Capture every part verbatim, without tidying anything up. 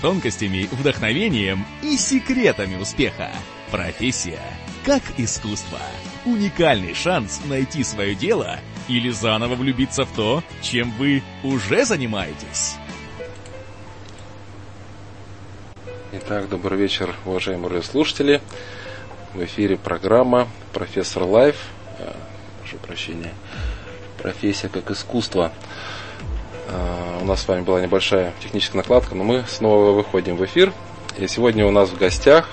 Тонкостями, вдохновением и секретами успеха. Профессия как искусство. Уникальный шанс найти свое дело или заново влюбиться в то, чем вы уже занимаетесь. Итак, добрый вечер, уважаемые слушатели. В эфире программа «Профессор Лайф». Прошу прощения. Профессия как искусство. У нас с вами была небольшая техническая накладка, но мы снова выходим в эфир. И сегодня у нас в гостях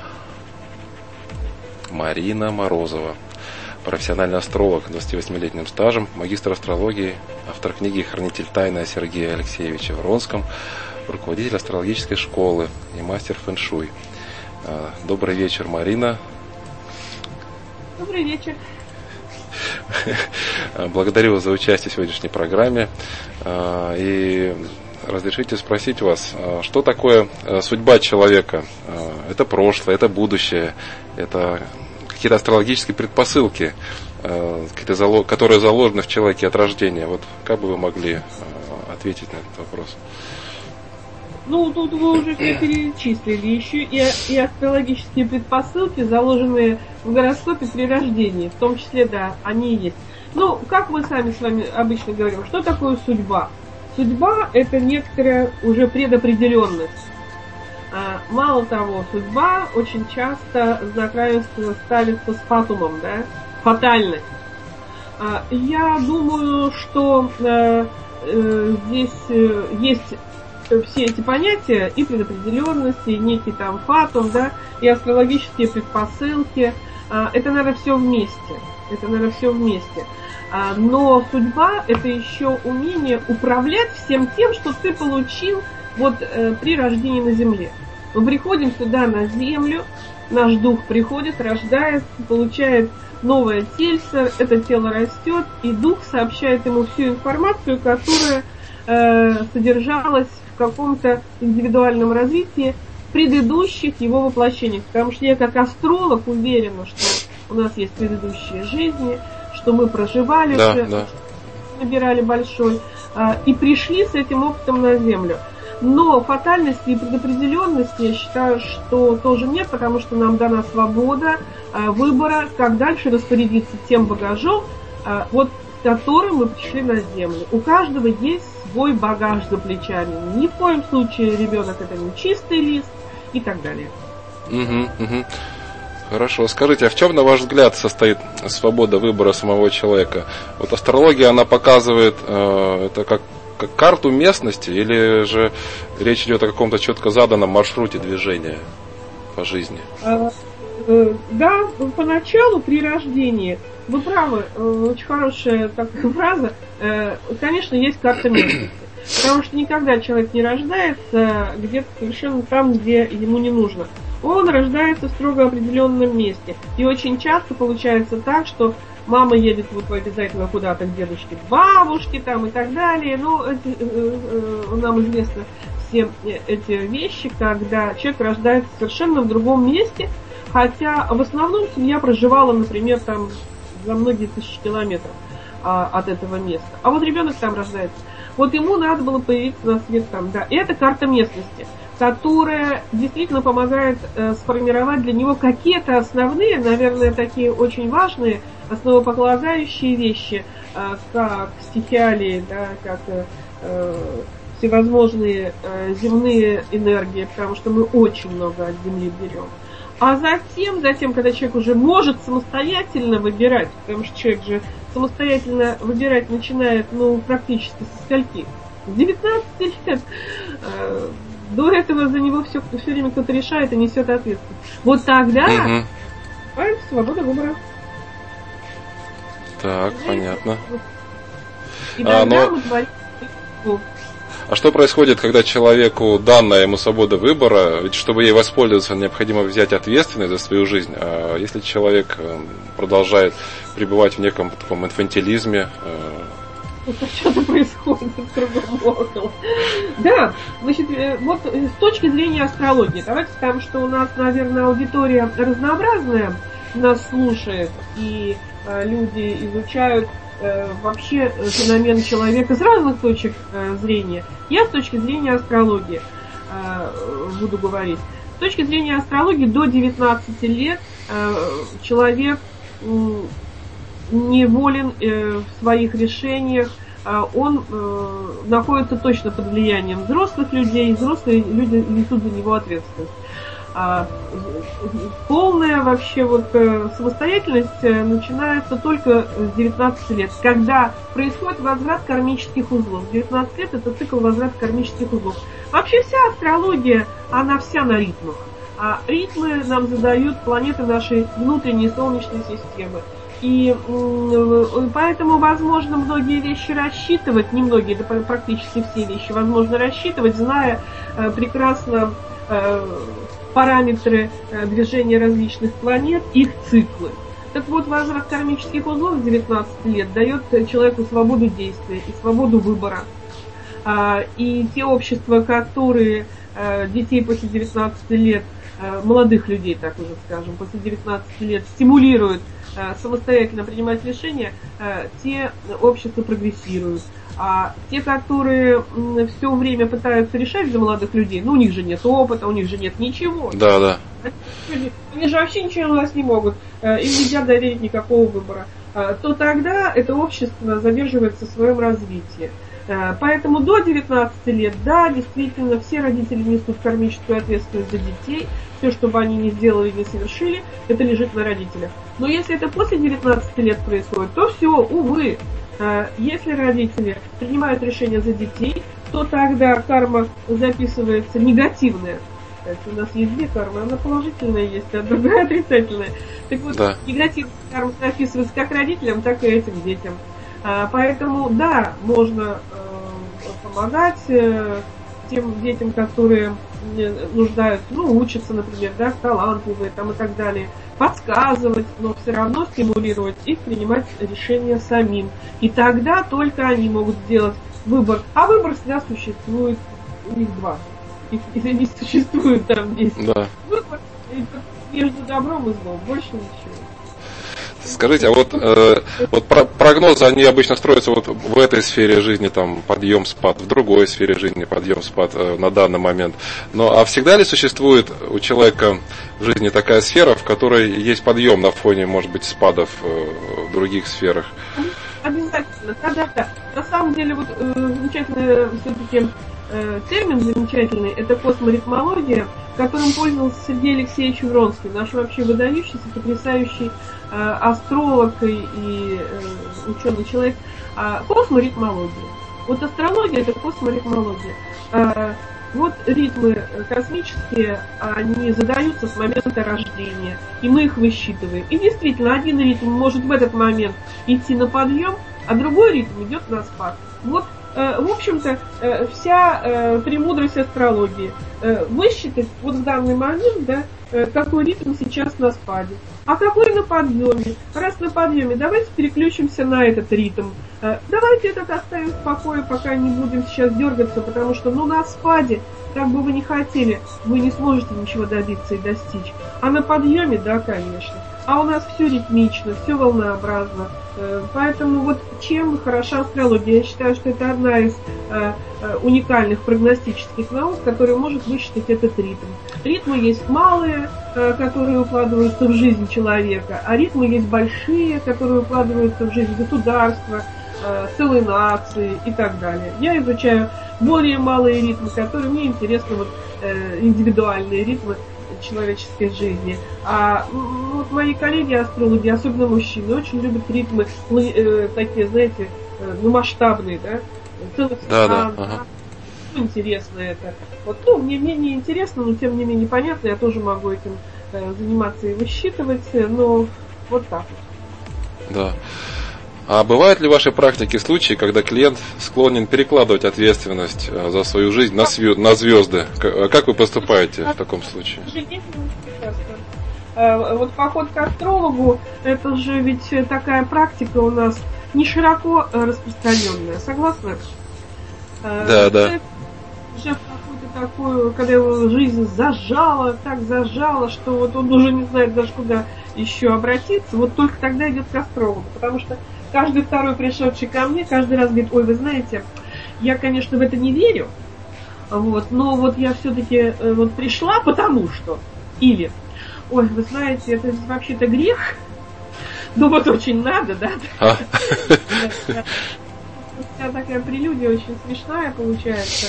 Марина Морозова, профессиональный астролог с двадцативосьмилетним стажем, магистр астрологии, автор книги «Хранитель тайны» о Сергее Алексеевиче Вронском, руководитель астрологической школы и мастер фэн-шуй. Добрый вечер, Марина. Добрый вечер. Благодарю вас за участие в сегодняшней программе. И разрешите спросить вас, что такое судьба человека? Это прошлое, это будущее, это какие-то астрологические предпосылки, которые заложены в человеке от рождения. Вот как бы вы могли ответить на этот вопрос? Ну, тут вы уже все перечислили. Еще и, и астрологические предпосылки, заложенные в гороскопе при рождении. В том числе, да, они и есть. Ну, как мы сами с вами обычно говорим, что такое судьба? Судьба – это некоторая уже предопределенность. А, мало того, судьба очень часто знак равенства ставится с фатумом, да, фатальность. А, я думаю, что а, а, здесь а, есть все эти понятия, и предопределенность, и некий там фатум, да, и астрологические предпосылки, а, это, наверное, все вместе. Это, наверное, все вместе. А, но судьба – это еще умение управлять всем тем, что ты получил вот э, при рождении на Земле. Мы приходим сюда на Землю, наш дух приходит, рождается, получает новое тельце, это тело растет, и дух сообщает ему всю информацию, которая э, содержалась в каком-то индивидуальном развитии предыдущих его воплощениях. Потому что я как астролог уверена, что у нас есть предыдущие жизни, что мы проживали, да, уже, да. набирали большой, а, и пришли с этим опытом на Землю. Но фатальности и предопределенности, я считаю, что тоже нет, потому что нам дана свобода а, выбора, как дальше распорядиться тем багажом, а, вот с которым мы пришли на Землю. У каждого есть свой багаж за плечами. Ни в коем случае ребенок это не чистый лист и так далее. Угу, угу. Хорошо. Скажите, а в чем, на ваш взгляд, состоит свобода выбора самого человека? Вот астрология, она показывает э, это как, как карту местности, или же речь идет о каком-то четко заданном маршруте движения по жизни? А, э, да, поначалу при рождении, вы правы, э, очень хорошая такая фраза, э, конечно, есть карта местности. Потому что никогда человек не рождается где-то совершенно там, где ему не нужно. Он рождается в строго определенном месте. И очень часто получается так, что мама едет вот обязательно куда-то к дедушке, к бабушке там и так далее. Ну, это, э, э, нам известны все эти вещи, когда человек рождается совершенно в другом месте, хотя в основном семья проживала, например, там за многие тысячи километров а, от этого места. А вот ребенок там рождается. Вот ему надо было появиться на свет там, да. И это карта местности, которая действительно помогает э, сформировать для него какие-то основные, наверное, такие очень важные, основополагающие вещи, э, как стихиалии, да, как э, всевозможные э, земные энергии, потому что мы очень много от Земли берем. А затем, затем, когда человек уже может самостоятельно выбирать, потому что человек же самостоятельно выбирать начинает, ну, практически со скольки? С девятнадцати лет. До этого за него все, все время кто-то решает и несет ответственность. Вот тогда угу. свобода выбора. Так, и понятно. И тогда а, но... мы творим. А что происходит, когда человеку данная ему свобода выбора, ведь чтобы ей воспользоваться, необходимо взять ответственность за свою жизнь. А если человек продолжает пребывать в неком таком инфантилизме, что-то происходит в кругом. Да, значит, вот с точки зрения астрологии, давайте скажем, что у нас, наверное, аудитория разнообразная, нас слушает, и э, люди изучают э, вообще феномен человека с разных точек э, зрения. Я с точки зрения астрологии. буду говорить. С точки зрения астрологии, до девятнадцати лет человек неволен в своих решениях, он находится точно под влиянием взрослых людей, взрослые люди несут за него ответственность. Полная вообще вот самостоятельность начинается только с девятнадцати лет, когда происходит возврат кармических узлов. девятнадцать лет это цикл возврата кармических узлов. Вообще вся астрология, она вся на ритмах. А ритмы нам задают планеты нашей внутренней Солнечной системы. И поэтому возможно многие вещи рассчитывать, не многие, да практически все вещи возможно рассчитывать, зная прекрасно параметры движения различных планет, их циклы. Так вот, возврат кармических узлов с девятнадцати лет дает человеку свободу действия и свободу выбора. И те общества, которые детей после девятнадцати лет, молодых людей, так уже скажем, после девятнадцати лет стимулируют самостоятельно принимать решения, те общества прогрессируют. А те, которые все время пытаются решать за молодых людей, ну у них же нет опыта, у них же нет ничего. Да, да. Они, они же вообще ничего у нас не могут, им нельзя доверить никакого выбора. То тогда это общество задерживается в своем развитии. Поэтому до девятнадцати лет, да, действительно, все родители несут кармическую ответственность за детей. Все, что бы они ни сделали, не совершили, это лежит на родителях. Но если это после девятнадцати лет происходит, то все, увы. Если родители принимают решения за детей, то тогда карма записывается негативная. У нас есть две кармы, она положительная есть, а другая отрицательная. Так вот, да. Негативная карма записывается как родителям, так и этим детям. Поэтому, да, можно помогать тем детям, которые нуждаются, ну, учатся, например, да, талантливые там и так далее, подсказывать, но все равно стимулировать их принимать решения самим. И тогда только они могут сделать выбор. А выбор всегда существует, у них два. Их не существует там десять. Да. Выбор между добром и злом, больше ничего. Скажите, а вот, э, вот прогнозы, они обычно строятся вот в этой сфере жизни, там, подъем-спад, в другой сфере жизни подъем-спад э, на данный момент. Но а всегда ли существует у человека в жизни такая сфера, в которой есть подъем на фоне, может быть, спадов э, в других сферах? Обязательно, да-да-да. На самом деле, вот э, замечательный все-таки э, термин замечательный, это косморитмология, которым пользовался Сергей Алексеевич Вронский, наш вообще выдающийся, потрясающий э, астролог и, и э, ученый человек. А, косморитмология. Вот астрология — это косморитмология. А, вот ритмы космические, они задаются с момента рождения, и мы их высчитываем. И действительно, один ритм может в этот момент идти на подъем, а другой ритм идет на спад. Вот, в общем-то, вся премудрость астрологии. Высчитать вот в данный момент, да, какой ритм сейчас на спаде, а какой на подъеме. Раз на подъеме, давайте переключимся на этот ритм. Давайте этот оставим в покое, пока не будем сейчас дергаться, потому что, ну, на спаде, как бы вы ни хотели, вы не сможете ничего добиться и достичь. А на подъеме, да, конечно. А у нас все ритмично, все волнообразно. Поэтому вот чем хороша астрология? Я считаю, что это одна из э, уникальных прогностических наук, которая может высчитать этот ритм. Ритмы есть малые, э, которые укладываются в жизнь человека, а ритмы есть большие, которые укладываются в жизнь государства, э, целой нации и так далее. Я изучаю более малые ритмы, которые мне интересны, вот, э, индивидуальные ритмы человеческой жизни. А вот мои коллеги-астрологи, особенно мужчины, очень любят ритмы э, такие, знаете, э, ну, масштабные, да? Целых да, стран, да. Ага. Ну, интересно это. Вот, ну, мне, мне не интересно, но тем не менее понятно, я тоже могу этим э, заниматься и высчитывать, но вот так вот. Да. А бывают ли в вашей практике случаи, когда клиент склонен перекладывать ответственность за свою жизнь на, свё- на звезды? Как вы поступаете в таком случае? Вот поход к астрологу, это же ведь такая практика у нас не широко распространенная, согласны? Да, да. Уже какую-то такую, когда его жизнь зажала, так зажала, что вот он уже не знает даже куда еще обратиться, вот только тогда идет к астрологу, потому что каждый второй пришедший ко мне каждый раз говорит: ой, вы знаете, я, конечно, в это не верю, Вот, но вот я все-таки вот пришла, потому что, или, ой, вы знаете, это вообще-то грех, но вот очень надо, да? А? Вся такая прелюдия очень смешная получается,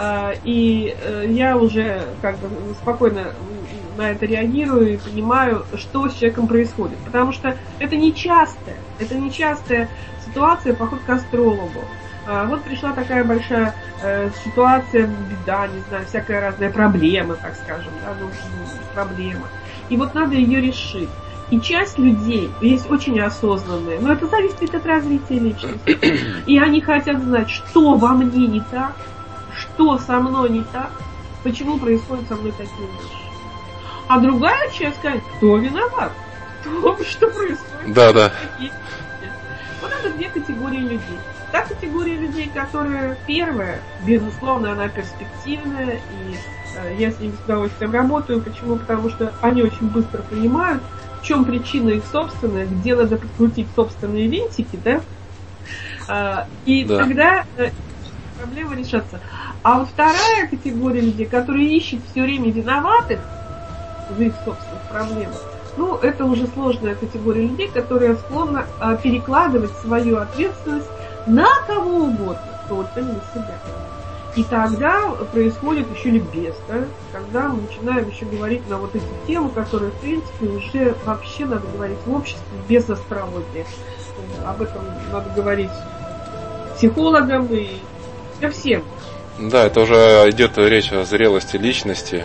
и я уже как бы спокойно на это реагирую и понимаю, что с человеком происходит, потому что это нечастая, это нечастая ситуация, поход к астрологу. Вот пришла такая большая э, ситуация, беда, не знаю, всякая разная проблема, так скажем, да, ну, проблема. И вот надо ее решить. И часть людей есть очень осознанные, но это зависит от развития личности. И они хотят знать, что во мне не так, что со мной не так, почему происходят со мной такие вещи. А другая часть скажет, кто виноват в том, что происходит. Да, да. Вот это две категории людей. Та категория людей, которая первая, безусловно, она перспективная, и э, я с ними с удовольствием работаю. Почему? Потому что они очень быстро понимают, в чем причина их собственная, где надо подкрутить собственные винтики, да? А, и да. Тогда э, проблема решится. А вот вторая категория людей, которые ищут все время виноватых в их собственных проблемах, ну, это уже сложная категория людей, которые склонны э, перекладывать свою ответственность на кого угодно, только не на себя. И тогда происходит еще ликбез, да? Когда мы начинаем еще говорить на вот эти темы, которые, в принципе, уже вообще надо говорить в обществе без астрологии. Об этом надо говорить психологам и всем. Да, это уже идет речь о зрелости личности,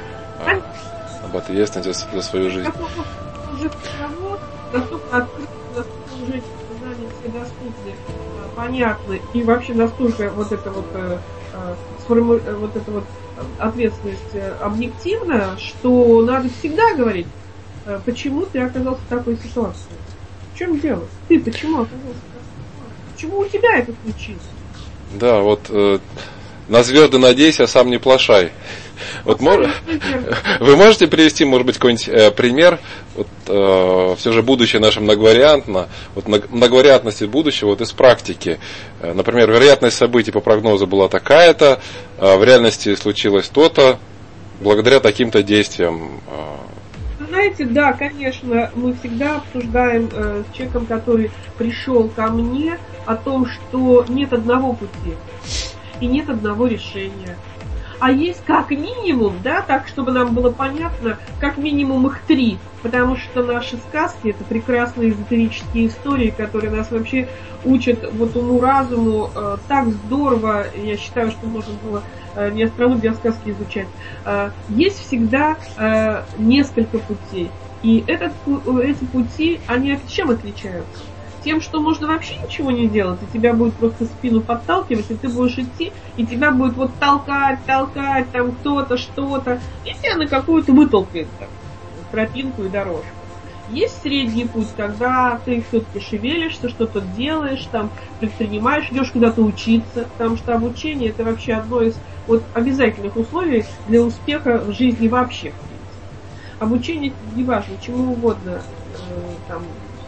а? Об ответственности за свою жизнь. Уже настолько открыто, настолько уже знания все доступны, понятно, и вообще настолько вот это вот, э, сформу... вот эта вот ответственность объективна, что надо всегда говорить, почему ты оказался в такой ситуации. В чем дело? Ты почему оказался в такой ситуации? Почему у тебя это случилось? Да, вот э, на звезды надейся, сам не плашай. Вот мож... Вы можете привести, может быть, какой-нибудь э, пример? Вот, э, все же будущее наше многовариантно. Вот многовариантность будущего вот из практики. Э, например, вероятность событий по прогнозу была такая-то, э, в реальности случилось то-то, благодаря таким-то действиям. Знаете, да, конечно, мы всегда обсуждаем э, с человеком, который пришел ко мне, о том, что нет одного пути и нет одного решения. А есть как минимум, да, так, чтобы нам было понятно, как минимум их три. Потому что наши сказки — это прекрасные эзотерические истории, которые нас вообще учат вот уму-разуму э, так здорово. Я считаю, что можно было э, не астрологию, а сказки изучать. Э, есть всегда э, несколько путей. И этот, эти пути, они чем отличаются? Тем, что можно вообще ничего не делать, и тебя будет просто спину подталкивать, и ты будешь идти, и тебя будет вот толкать, толкать, там кто-то, что-то, и тебя на какую-то вытолкает там, тропинку и дорожку. Есть средний путь, когда ты все-таки шевелишься, что-то делаешь, там, предпринимаешь, идешь куда-то учиться, потому что обучение — это вообще одно из вот, обязательных условий для успеха в жизни вообще, в принципе. Обучение, неважно, чему угодно, э, там,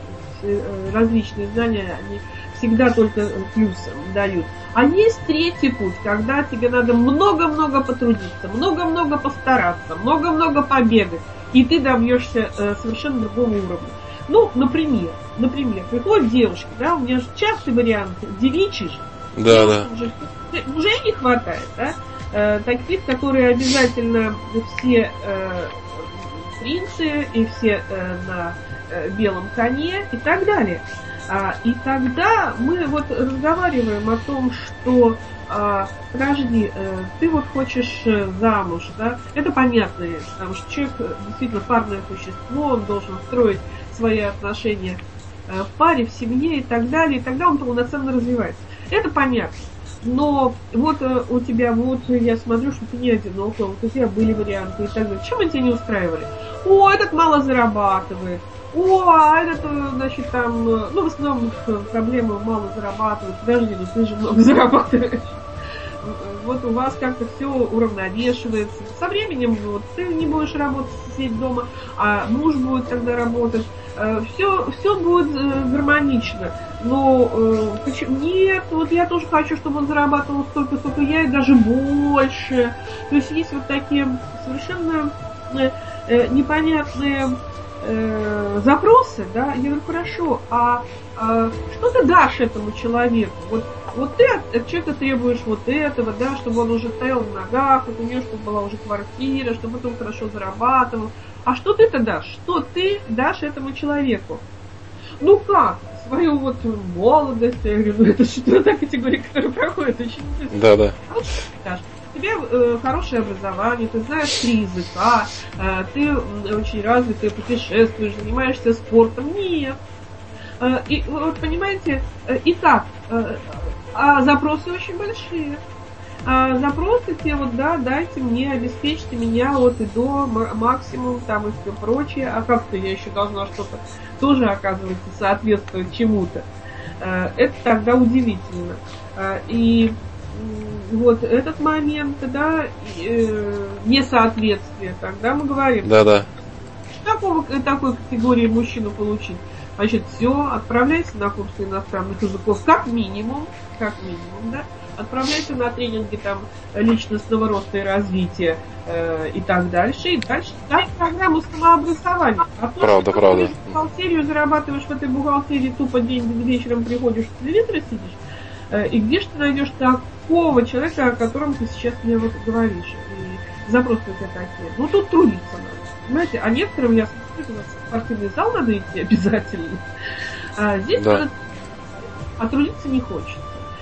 различные знания, они всегда только плюсом дают. А есть третий путь, когда тебе надо много-много потрудиться, много-много постараться, много-много побегать, и ты добьешься э, совершенно другого уровня. Ну, например, например, приходит девушка, да, у меня же частый вариант девичий же, да, да. Уже, уже не хватает, да, э, таких, которые обязательно все э, принцы и все э, на белом коне и так далее. А, и тогда мы вот разговариваем о том, что а, подожди, ты вот хочешь замуж, да? Это понятно, потому что человек действительно парное существо, он должен строить свои отношения в паре, в семье и так далее, и тогда он полноценно развивается. Это понятно. Но вот у тебя, вот я смотрю, что ты не одинока, вот у тебя были варианты и так далее. Чем они тебя не устраивали? О, этот мало зарабатывает. О, а этот, значит, там, ну, в основном проблемы мало зарабатывают. Подожди, ну ты же много зарабатываешь. Вот у вас как-то все уравновешивается. Со временем вот, ты не будешь работать, сидеть дома, а муж будет тогда работать. Все, все будет гармонично. но э, почему? Нет, вот я тоже хочу, чтобы он зарабатывал столько, сколько я, и даже больше. То есть есть вот такие совершенно э, э, непонятные э, запросы, да, я говорю, хорошо, а, а что ты дашь этому человеку? Вот, вот ты от человека требуешь вот этого, да, чтобы он уже стоял на ногах, вот у него чтобы была уже квартира, чтобы он хорошо зарабатывал. А что ты-то дашь? Что ты дашь этому человеку? Ну как? Свою вот молодость, я говорю, ну это что та категория, которая проходит очень быстро. Да, да. У тебя э, хорошее образование, ты знаешь три языка, э, ты э, очень развитый, путешествуешь, занимаешься спортом. Нет. Э, и вот понимаете, э, и так, э, а запросы очень большие. А запросы те вот, да, дайте мне, обеспечьте меня вот и до максимум там и все прочее. А как-то я еще должна что-то тоже, оказывается, соответствовать чему-то. Это тогда удивительно. И вот этот момент, да, несоответствие, тогда мы говорим, да, да. Такого, такой категории мужчину получить. Значит, все, отправляйся на курсы иностранных языков, как минимум, как минимум, да, отправляйся на тренинги там личностного роста и развития э, и так дальше, и дальше дай программу самообразования. А то, правда, что правда. ты в бухгалтерию зарабатываешь в этой бухгалтерии, тупо день вечером приходишь, в телевизоре сидишь, э, и где же ты найдешь такого человека, о котором ты сейчас мне вот говоришь, и запросы у тебя такие. Ну, тут трудиться надо. Понимаете, а некоторым, я смотрю, у нас в спортивный зал надо идти обязательно. А здесь да. надо, а трудиться не хочется.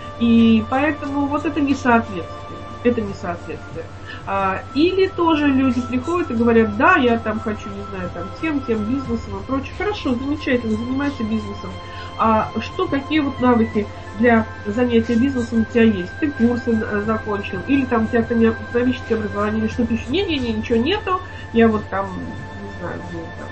И поэтому вот это несоответствие. Это несоответствие. А, или тоже люди приходят и говорят, да, я там хочу, не знаю, там тем, тем бизнесом и прочее. Хорошо, замечательно, занимайся бизнесом. А что, какие вот навыки для занятия бизнесом у тебя есть? Ты курсы закончил, или там у тебя экономическое образование, или что-то еще. Не-не-не, ничего нету. Я вот там, не знаю, ну, там,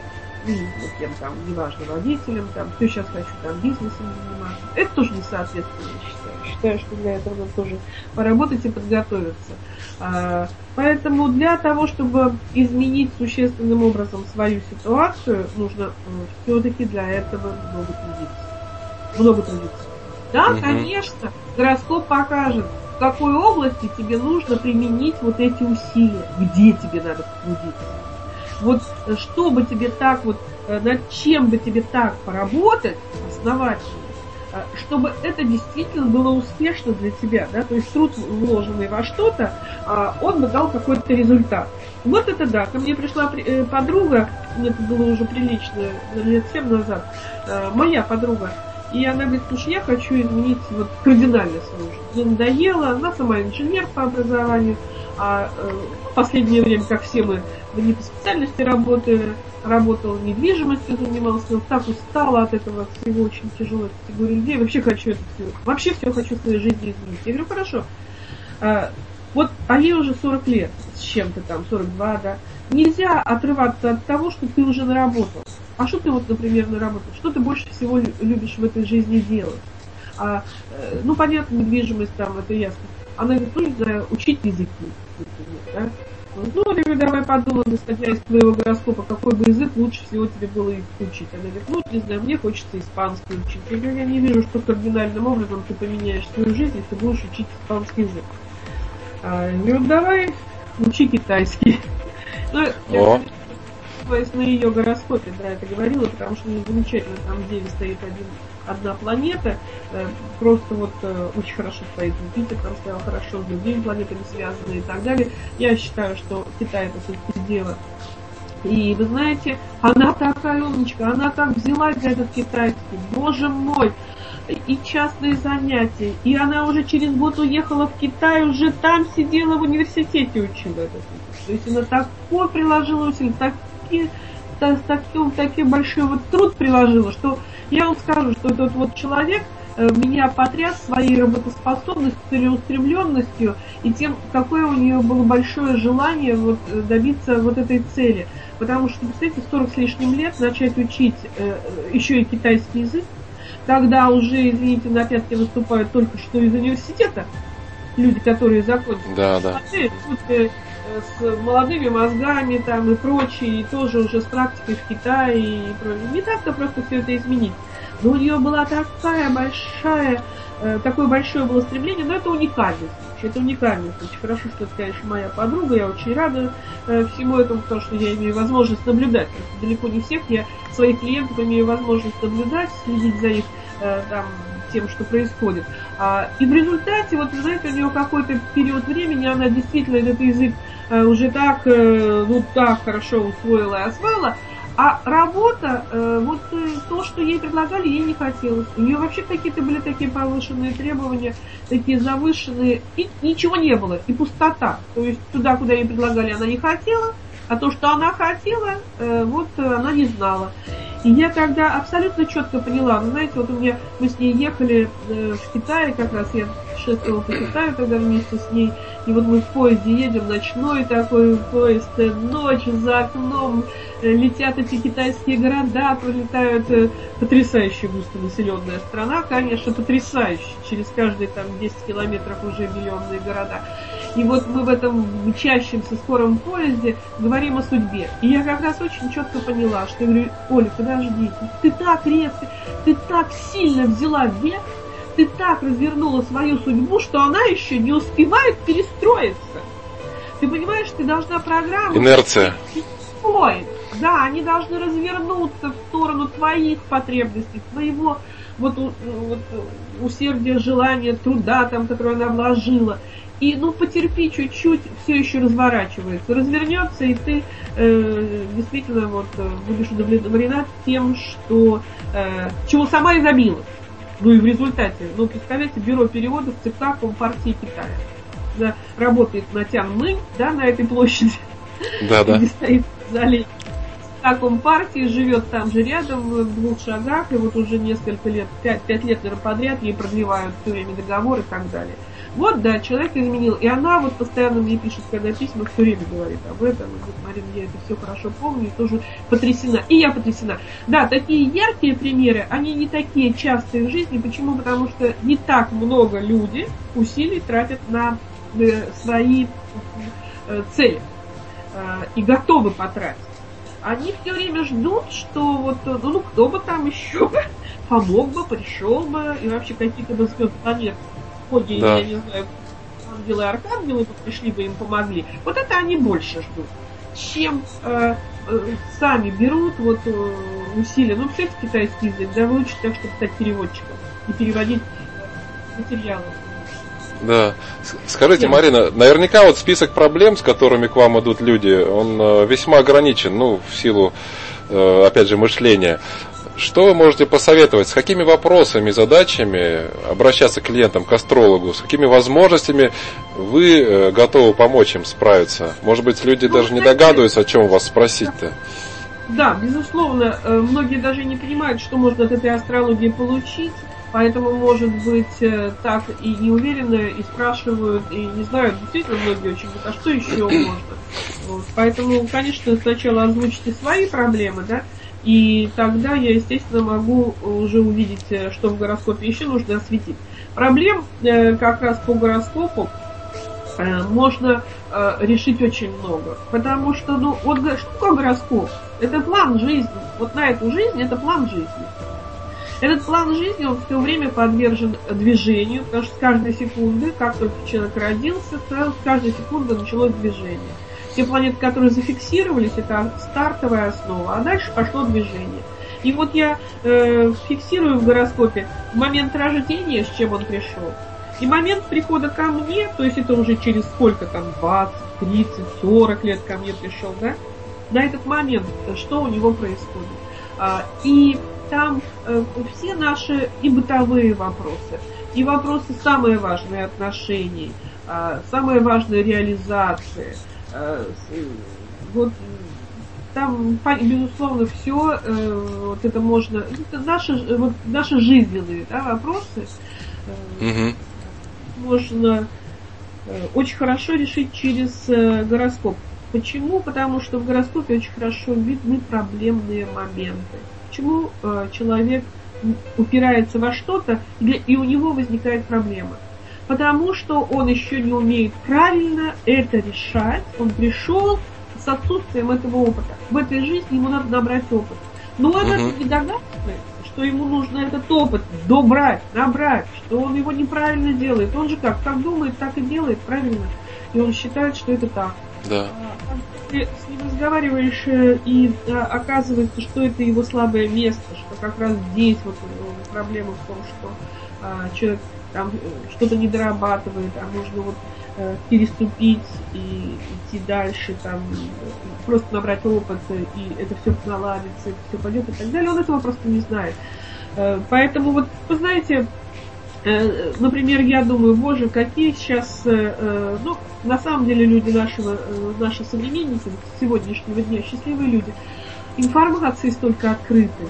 ну, кем там, неважно, водителем, там, все сейчас хочу там бизнесом заниматься. Это тоже несоответственно, я считаю. Считаю, что для этого надо тоже поработать и подготовиться. А, поэтому для того, чтобы изменить существенным образом свою ситуацию, нужно ну, все-таки для этого много трудиться. Много трудиться. Да, угу. Конечно, гороскоп покажет, в какой области тебе нужно применить вот эти усилия, где тебе надо трудиться. Вот чтобы тебе так вот, над чем бы тебе так поработать основательно, чтобы это действительно было успешно для тебя, да, то есть труд, вложенный во что-то, он бы дал какой-то результат. Вот это да, ко мне пришла подруга, это было уже прилично, лет семь назад, моя подруга, и она говорит, слушай, я хочу изменить вот кардинально свою жизнь. Мне надоело, она сама инженер по образованию, а в последнее время, как все мы, не по специальности работали, работала недвижимостью, занималась, но так устала от этого всего, очень тяжело категории людей. Вообще хочу это все, вообще все хочу в своей жизни изменить. Я говорю, хорошо. А, вот, а ей уже сорок лет, с чем-то там, сорок два, да. Нельзя отрываться от того, что ты уже наработал. А что ты вот, например, наработал? Что ты больше всего любишь в этой жизни делать? А, ну, понятно, недвижимость там, это ясно. Она говорит, ну, не знаю, учить языки. Да? Ну, я говорю, давай подумаем, исходя из твоего гороскопа, какой бы язык лучше всего тебе было учить. Она говорит, ну, не знаю, мне хочется испанский учить. Я говорю, я не вижу, что кардинальным образом ты поменяешь свою жизнь, если ты будешь учить испанский язык. А, я говорю, давай, учи китайский. Ну, я, на ее гороскопе, да, это говорила, потому что ну, замечательно, там в Деве стоит один, одна планета, э, просто вот э, очень хорошо стоит Юпитер, там стоял хорошо, с другими планетами связаны и так далее. Я считаю, что Китай это все-таки дело. И вы знаете, она такая умничка, она как взялась за этот китайский, боже мой, и частные занятия, и она уже через год уехала в Китай, уже там сидела в университете, учила этот. То есть она такой приложила усилия, так такой, такой большой вот труд приложила, что я вам скажу, что этот вот человек меня потряс своей работоспособностью, целеустремленностью и тем, какое у нее было большое желание вот добиться вот этой цели. Потому что, представляете, сорок с лишним лет начать учить э, еще и китайский язык, когда уже, извините, на пятке выступают только что из университета люди, которые закончили. Да, да. А ты, тут, э, с молодыми мозгами там и прочее, и тоже уже с практикой в Китае и прочее. Не так-то просто все это изменить. Но у нее была такая большая, такое большое было стремление, но это уникальность. Это уникальность. Очень хорошо, что это, конечно, моя подруга. Я очень рада всему этому, потому что я имею возможность наблюдать. Далеко не всех я своих клиентов имею возможность наблюдать, следить за их там, тем, что происходит. И в результате, вот, знаете, у нее какой-то период времени, она действительно этот язык уже так, ну, так хорошо усвоила и освоила, а работа, вот то, что ей предлагали, ей не хотелось. У нее вообще какие-то были такие повышенные требования, такие завышенные, и ничего не было, и пустота. То есть туда, куда ей предлагали, она не хотела, а то, что она хотела, вот она не знала. И я тогда абсолютно четко поняла, вы знаете, вот у меня, мы с ней ехали в Китае, как раз я путешествовала по Китаю тогда вместе с ней, и вот мы в поезде едем, ночной такой поезд, ночь, за окном летят эти китайские города, пролетают, потрясающая густонаселенная страна, конечно, потрясающая, через каждые там десять километров уже миллионные города. И вот мы в этом мчащемся скором поезде говорим о судьбе. И я как раз очень четко поняла, что я говорю: Оля, подожди, ты так резко, ты так сильно взяла вверх, ты так развернула свою судьбу, что она еще не успевает перестроиться. Ты понимаешь, ты должна программу... Инерция. Ой, да, они должны развернуться в сторону твоих потребностей, твоего вот, вот, усердия, желания, труда, там, которое она вложила. И, ну, потерпи чуть-чуть, все еще разворачивается, развернется, и ты э, действительно вот, будешь удовлетворена тем, что, э, чего сама и добилась. Ну и в результате, ну, представляете, бюро переводов ЦК Компартии Китая. Да, работает на Тяньмэнь, да, на этой площади, да, да. где стоит в зале ЦК Компартии, живет там же рядом, в двух шагах, и вот уже несколько лет, пять, пять лет, наверное, подряд ей продлевают все время договор и так далее. Вот, да, человек изменил. И она вот постоянно мне пишет, когда письма, все время говорит об этом. И говорит: Марина, я это все хорошо помню, и тоже потрясена. И я потрясена. Да, такие яркие примеры, они не такие частые в жизни. Почему? Потому что не так много людей усилий тратят на э, свои э, цели. Э, и готовы потратить. Они все время ждут, что вот, ну, ну кто бы там еще помог бы, пришел бы, и вообще какие-то бы звезды планеты. Боги, да. Я не знаю, ангелы и архангелы пришли бы, им помогли. Вот это они больше ждут, чем э, э, сами берут вот, э, усилия. Ну, все китайский язык, да, выучить так, чтобы стать переводчиком и переводить материалы. Да. Скажите, Марина, наверняка вот список проблем, с которыми к вам идут люди, он весьма ограничен, ну, в силу, э, опять же, мышления. Что вы можете посоветовать, с какими вопросами, задачами обращаться к клиентам, к астрологу, с какими возможностями вы готовы помочь им справиться? Может быть, люди ну, даже знаете, не догадываются, о чем вас спросить-то? Да, безусловно, многие даже не понимают, что можно от этой астрологии получить, поэтому, может быть, так и не уверены, и спрашивают, и не знают, действительно, многие очень говорят: а что еще можно? Вот. Поэтому, конечно, сначала озвучите свои проблемы, да, и тогда я, естественно, могу уже увидеть, что в гороскопе еще нужно осветить. Проблем как раз по гороскопу можно решить очень много. Потому что, ну, вот что такое гороскоп? Это план жизни. Вот на эту жизнь это план жизни. Этот план жизни, он все время подвержен движению, потому что с каждой секунды, как только человек родился, с каждой секунды началось движение. Те планеты, которые зафиксировались, это стартовая основа, а дальше пошло движение. И вот я э, фиксирую в гороскопе момент рождения, с чем он пришел, и момент прихода ко мне, то есть это уже через сколько там, двадцать, тридцать, сорок лет ко мне пришел, да, на этот момент, что у него происходит. А, и там э, все наши и бытовые вопросы, и вопросы самые важные отношений, э, самые важные реализации. Вот там, безусловно, все вот это можно, это наши, вот, наши жизненные, да, вопросы угу. можно очень хорошо решить через гороскоп. Почему? Потому что в гороскопе очень хорошо видны проблемные моменты. Почему человек упирается во что-то, и у него возникает проблема. потому что он еще не умеет правильно это решать. Он пришел с отсутствием этого опыта. В этой жизни ему надо набрать опыт. Но он uh-huh. это не догадывается, что ему нужно этот опыт добрать, набрать, что он его неправильно делает. Он же как, как думает, так и делает, правильно. И он считает, что это так. Да. А, ты с ним разговариваешь, и а, оказывается, что это его слабое место, что как раз здесь вот проблема в том, что а, человек там что-то не дорабатывает, а можно вот э, переступить и идти дальше, там просто набрать опыт, и это все наладится, это все пойдет и так далее. Он этого просто не знает. Э, поэтому вот, вы знаете, э, например, я думаю, боже, какие сейчас, э, ну, на самом деле люди нашего, э, наши современники сегодняшнего дня, счастливые люди, информации столько открытой.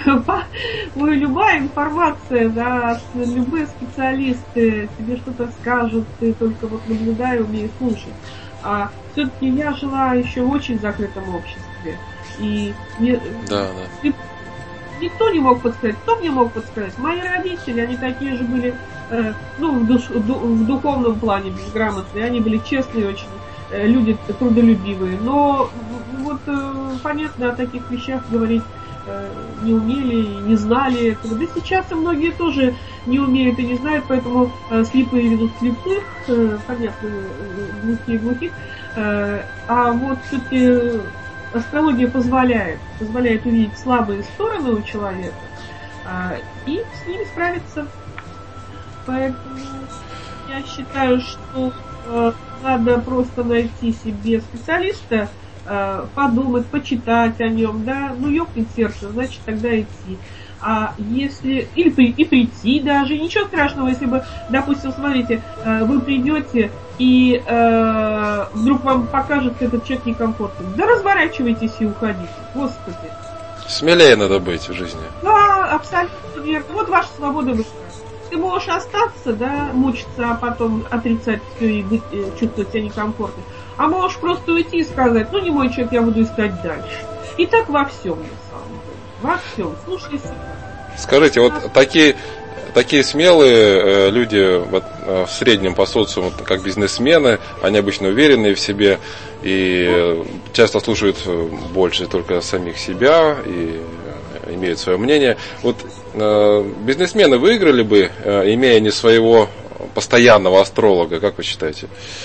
Ой, любая информация, да, любые специалисты тебе что-то скажут, ты только вот наблюдай, умей слушать. А все-таки я жила еще в очень закрытом обществе. И не, да, да. никто не мог подсказать. Кто мне мог подсказать? Мои родители, они такие же были, э, ну, в, душ, в духовном плане безграмотные, они были честные очень, э, люди трудолюбивые. Но вот э, понятно, о таких вещах говорить не умели, не знали этого. Да сейчас и многие тоже не умеют и не знают, поэтому э, слепые ведут слепых, э, понятно, э, глухие глухих. Э, а вот все-таки астрология позволяет, позволяет увидеть слабые стороны у человека э, и с ними справиться. Поэтому я считаю, что э, надо просто найти себе специалиста, подумать, почитать о нем, да, ну ёкнет сердце, значит тогда идти. А если, или при, и прийти даже, ничего страшного, если бы, допустим, смотрите, вы придете и э, вдруг вам покажется этот человек некомфортным, да разворачивайтесь и уходите, господи. Смелее надо быть в жизни. Да, абсолютно верно. Вот ваша свобода выбора. Ты можешь остаться, да, мучиться, а потом отрицать все и быть, чувствовать себя некомфортно. А можешь просто уйти и сказать, ну не мой человек, я буду искать дальше. И так во всем, на самом деле. Во всем. Слушай себя. Скажите, вот а... такие, такие смелые э, люди вот, э, в среднем по социуму, как бизнесмены, они обычно уверенные в себе и э, часто слушают больше только самих себя и э, имеют свое мнение. Вот э, бизнесмены выиграли бы, э, имея не своего постоянного астролога, как вы считаете?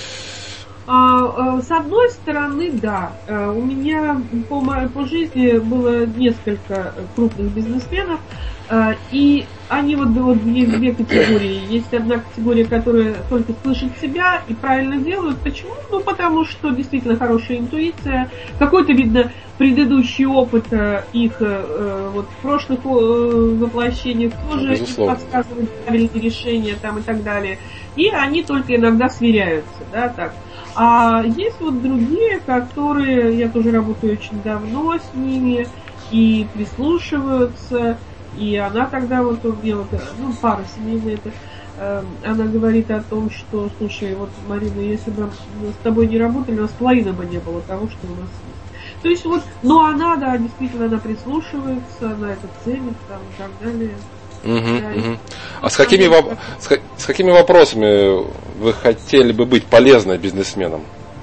С одной стороны, да, у меня по, по жизни было несколько крупных бизнесменов, и они вот, вот есть две категории. Есть одна категория, которая только слышит себя и правильно делают. Почему? Ну, потому что действительно хорошая интуиция, какой-то, видно, предыдущий опыт их вот, в прошлых воплощениях тоже им подсказывает правильные решения там, и так далее. И они только иногда сверяются, да, так. А есть вот другие, которые, я тоже работаю очень давно с ними, и прислушиваются, и она тогда вот у меня вот, ну, пара семейная, это, э, она говорит о том, что, слушай, вот, Марина, если бы с тобой не работали, у нас половины бы не было того, что у нас есть. То есть вот, но она, да, действительно, она прислушивается, она это ценит, там, и так далее. Uh-huh, uh-huh. А с какими, воп- с, с какими вопросами вы хотели бы быть полезной бизнесменом?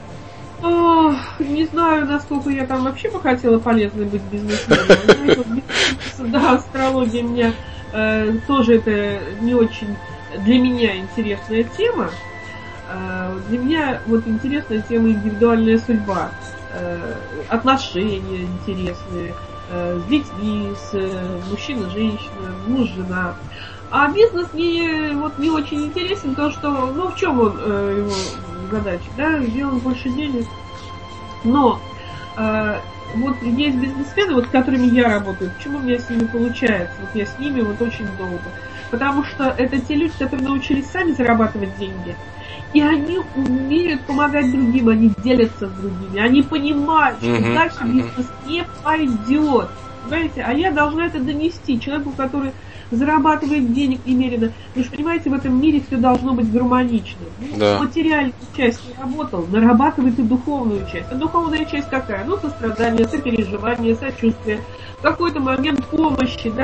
О, не знаю, насколько я там вообще бы хотела полезной быть бизнесменом. Да, астрология меня э, тоже это не очень для меня интересная тема. Э, для меня вот интересная тема индивидуальная судьба. Э, отношения интересные. С детьми, с мужчиной, женщиной, муж, жена. А бизнес мне вот не очень интересен, потому что, ну, в чем он, э, его задача, да, сделать больше денег. Но э, вот есть бизнесмены, вот с которыми я работаю, почему у меня с ними получается, вот я с ними вот очень долго. Потому что это те люди, которые научились сами зарабатывать деньги. И они умеют помогать другим, они делятся с другими, они понимают, что uh-huh, дальше uh-huh. бизнес не пойдет. Понимаете? А я должна это донести человеку, который зарабатывает денег немерено. Вы же понимаете, в этом мире все должно быть гармонично. Да. Материальную часть не работал, нарабатывает и духовную часть. А духовная часть какая? Ну, сострадание, сопереживание, сочувствие, в какой-то момент помощи, да,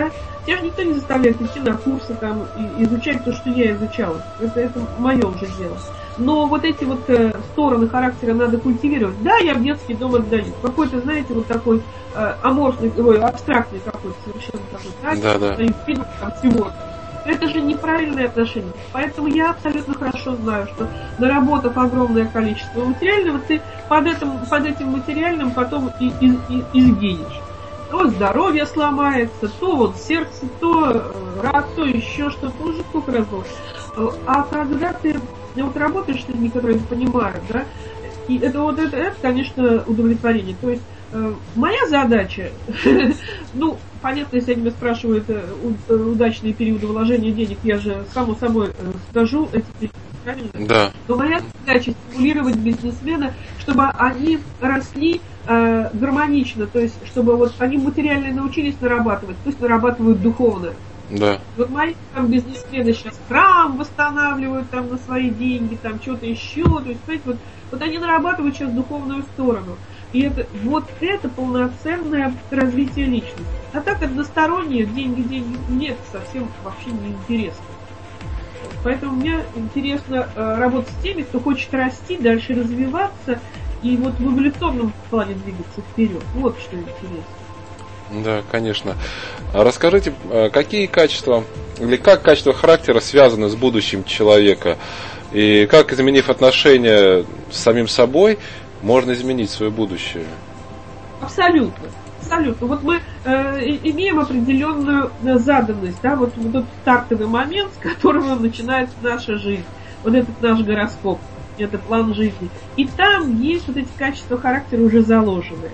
Тебя же никто не заставляет идти на курсы там и изучать то, что я изучала. Это, это мое уже дело. Но вот эти вот э, стороны характера надо культивировать. Да, я в детский дом отдаю. Какой-то, знаете, вот такой э, аморфный, ой, абстрактный какой-то совершенно такой. Да, да. Фильм, там, всего. Это же неправильное отношение. Поэтому я абсолютно хорошо знаю, что наработав огромное количество материального, ты под этим, под этим материальным потом и, и, и, изгинешь. То здоровье сломается, то вот сердце, то рак, то еще что-то, уже сколько раз было. А когда ты вот работаешь с людьми, которые понимают, да, и это вот это, это, конечно, удовлетворение. То есть э, моя задача, ну, понятно, если они меня спрашивают э, удачные периоды вложения денег, я же само собой э, скажу эти периоды, правильно? Да. Но моя задача стимулировать бизнесмена, чтобы они росли э, гармонично, то есть чтобы вот они материально научились нарабатывать, пусть нарабатывают духовно. Да. Вот мои там бизнесмены сейчас храм восстанавливают там на свои деньги, там что-то еще, то есть, знаете, вот, вот они нарабатывают сейчас духовную сторону. И это, вот это полноценное развитие личности. А так одностороннее, деньги, деньги, нет, совсем вообще не интересно. Поэтому мне интересно э, работать с теми, кто хочет расти, дальше развиваться и вот в эволюционном плане двигаться вперед. Вот что интересно. Да, конечно. А расскажите, какие качества или как качества характера связаны с будущим человека? И как, изменив отношения с самим собой, можно изменить свое будущее? Абсолютно. Абсолютно. Вот мы э, имеем определенную заданность, да, вот, вот этот стартовый момент, с которого начинается наша жизнь. Вот этот наш гороскоп, это план жизни. И там есть вот эти качества характера уже заложенные.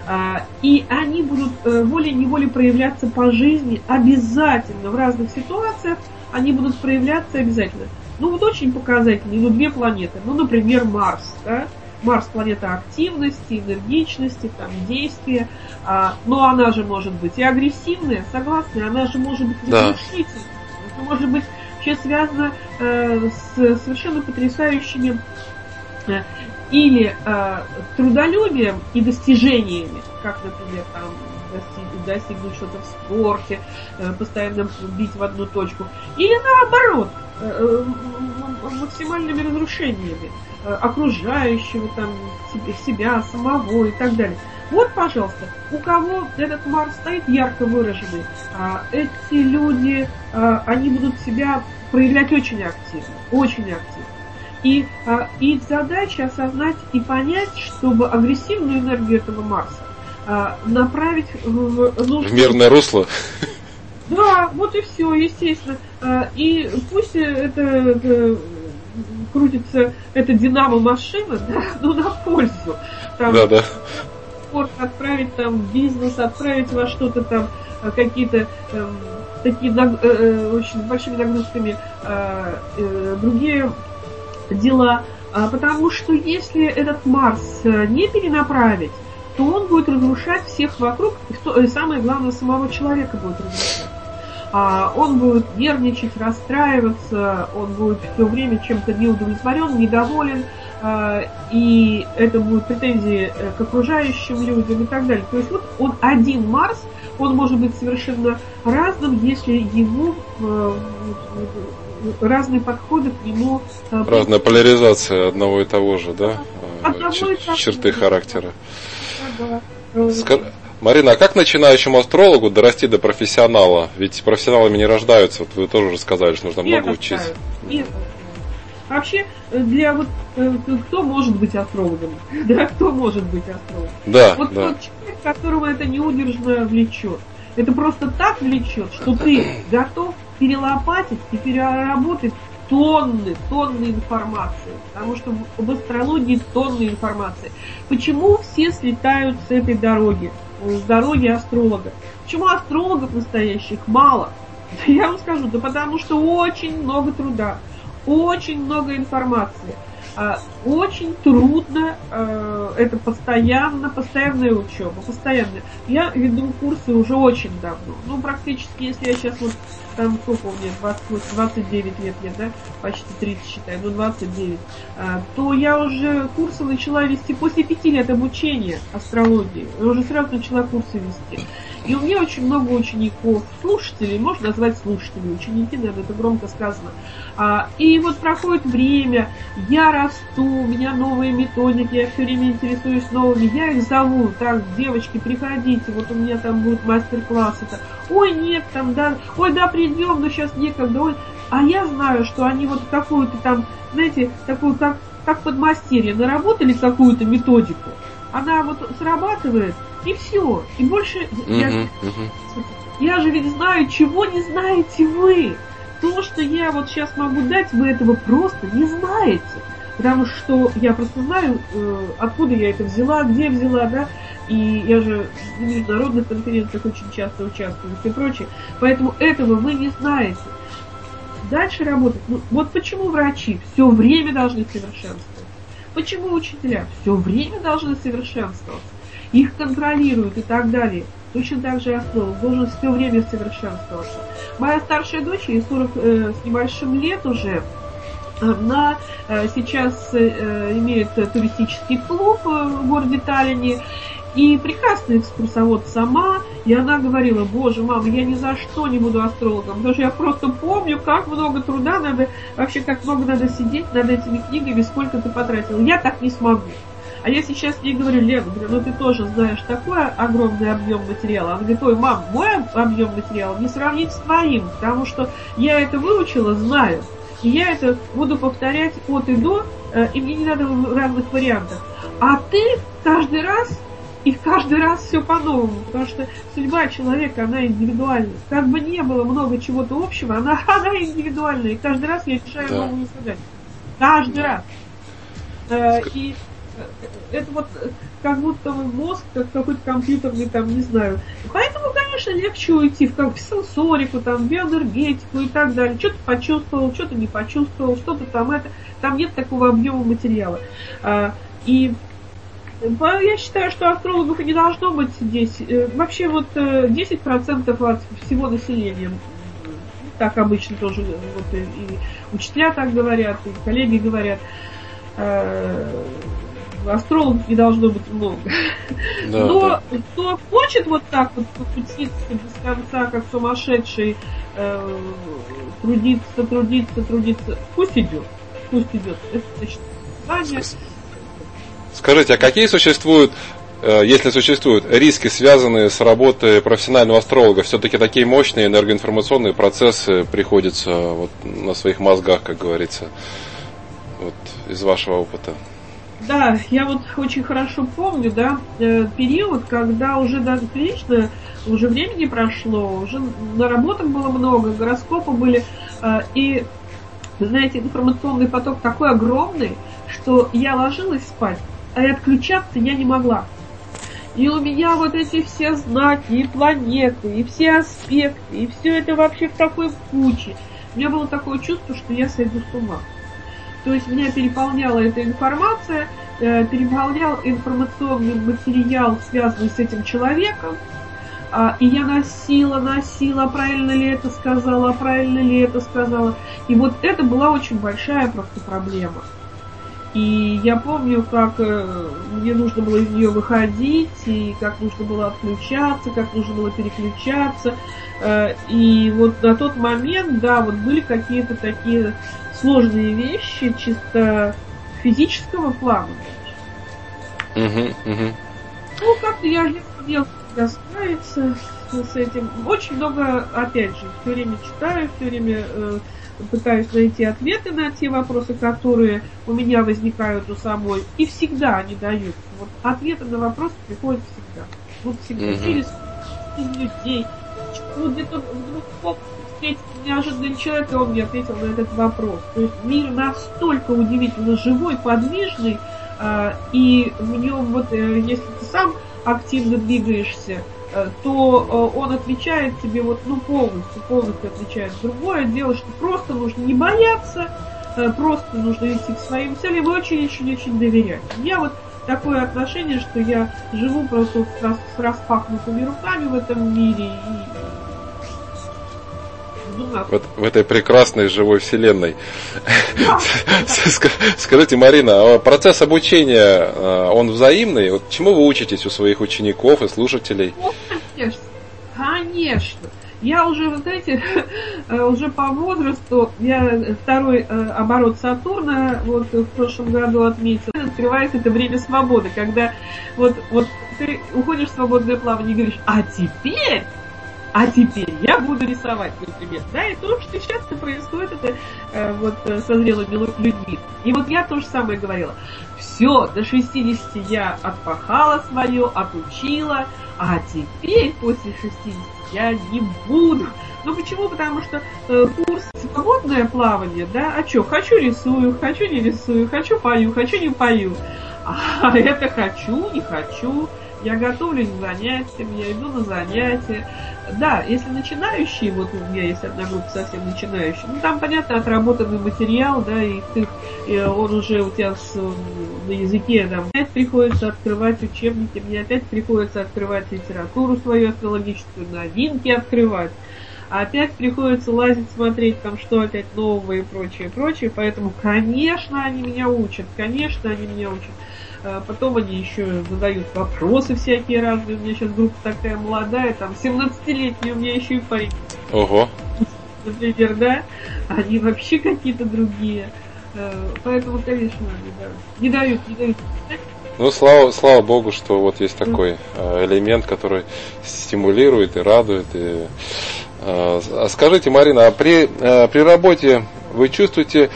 И они будут волей-неволей проявляться по жизни обязательно в разных ситуациях, они будут проявляться обязательно. Ну вот очень показательные, ну две планеты, ну например Марс, да? Марс планета активности, энергичности, там действия, но она же может быть и агрессивная, согласна, она же может быть разрушительной, да. Это может быть вообще связано с совершенно потрясающими или э, трудолюбием и достижениями, как, например, там, достиг, достигнуть что-то в спорте, э, постоянно бить в одну точку, или наоборот, э, э, максимальными разрушениями э, окружающего, там, себя, самого и так далее. Вот, пожалуйста, у кого этот Марс стоит ярко выраженный, э, эти люди, э, они будут себя проявлять очень активно, очень активно. И а, их задача осознать и понять, чтобы агрессивную энергию этого Марса а, направить в, в, в мирное русло. Да, вот и все, естественно. А, и пусть это, это крутится, эта динамо-машина, да, но на пользу. Там, да, да. Спорт отправить там в бизнес, отправить во что-то там, какие-то э, такие наг, э, очень большими нагрузками э, э, другие дела, потому что если этот Марс не перенаправить, то он будет разрушать всех вокруг, и самое главное, самого человека будет разрушать. Он будет нервничать, расстраиваться, он будет все время чем-то неудовлетворен, недоволен, и это будут претензии к окружающим людям и так далее. То есть вот он один Марс, он может быть совершенно разным, если ему разные подходы к нему. Разная поляризация одного и того же, да? Одного Ч- и того черты же. характера. Да. Скаж... Марина, а как начинающему астрологу дорасти до профессионала? Ведь профессионалами не рождаются. Вот вы тоже уже сказали, что нужно много учиться. Нет. Вообще, для вот кто может быть астрологом? Да, кто может быть астрологом? Да, вот да. тот человек, которого это неудержно влечет. Это просто так влечет, что ты готов перелопатить и переработать тонны, тонны информации. Потому что в астрологии тонны информации. Почему все слетают с этой дороги, с дороги астролога? Почему астрологов настоящих мало? Я вам скажу, да потому что очень много труда, очень много информации. Очень трудно, это постоянно, постоянная учеба, постоянная. Я веду курсы уже очень давно. Ну, практически, если я сейчас вот, там, сколько у меня, двадцать восемь, двадцать девять лет нет, да, почти тридцать считаю, ну, двадцать девять, то я уже курсы начала вести после пяти лет обучения астрологии. Я уже сразу начала курсы вести. И у меня очень много учеников, слушателей, можно назвать слушателей, ученики, наверное, это громко сказано. А, и вот проходит время, я расту, у меня новые методики, я все время интересуюсь новыми, я их зову, так, девочки, приходите, вот у меня там будет мастер-класс, это, ой, нет, там, да, ой, да, придем, но сейчас некогда, ой. А я знаю, что они вот какую-то там, знаете, такую, как, как подмастерье, наработали какую-то методику, она вот срабатывает, и все. И больше... Uh-huh, я, uh-huh. я же ведь знаю, чего не знаете вы. То, что я вот сейчас могу дать, вы этого просто не знаете. Потому что я просто знаю, э, откуда я это взяла, где взяла, да. И я же в международных конференциях очень часто участвую и все прочее. Поэтому этого вы не знаете. Дальше работать. Ну, вот почему врачи все время должны совершенствоваться? Почему учителя все время должны совершенствоваться? Их контролируют и так далее. Точно так же и астролог должен все время совершенствоваться. Моя старшая дочь, ей сорок э, с небольшим лет уже, она э, сейчас э, имеет туристический клуб э, в городе Таллине, и прекрасный экскурсовод сама, и она говорила: боже, мама, я ни за что не буду астрологом, потому что я просто помню, как много труда надо, вообще как много надо сидеть над этими книгами, сколько ты потратила. Я так не смогу. А я сейчас ей говорю: Лена, ну ты тоже знаешь такой огромный объем материала. Она говорит: ой, мам, мой объем материала не сравнить с твоим, потому что я это выучила, знаю. И я это буду повторять от и до, и мне не надо в разных вариантах. А ты каждый раз, и каждый раз все по-новому, потому что судьба человека, она индивидуальна. Как бы не было много чего-то общего, она, она индивидуальна, и каждый раз я решаю да. новую задачу. Каждый да. раз. И это вот как будто мозг, как какой-то компьютерный, там, не знаю. Поэтому, конечно, легче уйти в, как, в сенсорику, там, в биоэнергетику и так далее. Что-то почувствовал, что-то не почувствовал, что-то там это. Там нет такого объема материала. И я считаю, что астрологов не должно быть здесь. Вообще вот десять процентов от всего населения. Так обычно тоже вот, и, и учителя так говорят, и коллеги говорят. Астрологов не должно быть много. Да, но да. Кто хочет вот так вот покрутиться без конца, как сумасшедший, э, трудиться, трудиться, трудиться, пусть идет. Пусть идет. Это значит знание. Скажите, а какие существуют, если существуют, риски, связанные с работой профессионального астролога? Все-таки такие мощные энергоинформационные процессы приходится вот на своих мозгах, как говорится, вот из вашего опыта. Да, я вот очень хорошо помню, да, период, когда уже даже прилично, уже времени прошло, уже наработок было много, гороскопы были, и, знаете, информационный поток такой огромный, что я ложилась спать, а и отключаться я не могла. И у меня вот эти все знаки, и планеты, и все аспекты, и все это вообще в такой куче. У меня было такое чувство, что я сойду с ума. То есть меня переполняла эта информация, э, переполнял информационный материал, связанный с этим человеком, э, и я носила, носила, правильно ли это сказала, правильно ли это сказала. И вот это была очень большая просто проблема. И я помню, как э, мне нужно было из нее выходить, и как нужно было отключаться, как нужно было переключаться. Э, и вот на тот момент, да, вот были какие-то такие сложные вещи, чисто физического плана. Uh-huh, uh-huh. Ну, как-то я не сумела справиться с этим. Очень много, опять же, все время читаю, все время э, пытаюсь найти ответы на те вопросы, которые у меня возникают у самой, и всегда они дают. Вот ответы на вопросы приходят всегда. Вот всегда. Uh-huh. Через людей. Вот где-то вдруг встретил неожиданный человек, и он мне ответил на этот вопрос. То есть мир настолько удивительно живой, подвижный, э, и в нем, вот, э, если ты сам активно двигаешься, э, то э, он отвечает тебе вот, ну, полностью, полностью отвечает. Другое дело, что просто нужно не бояться, просто нужно идти к своим целям и очень-очень-очень доверять. Я вот такое отношение, что я живу просто с распахнутыми руками в этом мире и В, в этой прекрасной живой вселенной. Скажите, Марина, процесс обучения, он взаимный? Вот чему вы учитесь у своих учеников и слушателей? Конечно, конечно. Я уже, вы знаете, уже по возрасту, я второй оборот Сатурна вот в прошлом году отметила. Открывается это время свободы, когда вот, вот ты уходишь в свободное плавание и говоришь, а теперь... А теперь я буду рисовать, например. Да, и то, что сейчас происходит, это э, вот со зрелыми людьми. И вот я то же самое говорила. Все, до шестидесяти я отпахала свое, отучила, а теперь после шестидесяти я не буду. Ну почему? Потому что э, курс свободное плавание, да, а что, хочу рисую, хочу не рисую, хочу пою, хочу не пою. А это хочу, не хочу. Я готовлюсь к занятиям, я иду на занятия. Да, если начинающие, вот у меня есть одна группа совсем начинающих, ну там, понятно, отработанный материал, да, и, ты, и он уже у тебя с, на языке, там, опять приходится открывать учебники, мне опять приходится открывать литературу свою астрологическую, новинки открывать. А опять приходится лазить, смотреть, там, что опять нового и прочее, прочее. Поэтому, конечно, они меня учат, конечно, они меня учат. Потом они еще задают вопросы всякие разные. У меня сейчас группа такая молодая, там семнадцатилетняя, у меня еще и парень. Ого. Например, да? Они вообще какие-то другие. Поэтому, конечно, они да, не дают, не дают. Ну, слава, слава Богу, что вот есть такой элемент, который стимулирует и радует. И... Скажите, Марина, а при, при работе вы чувствуете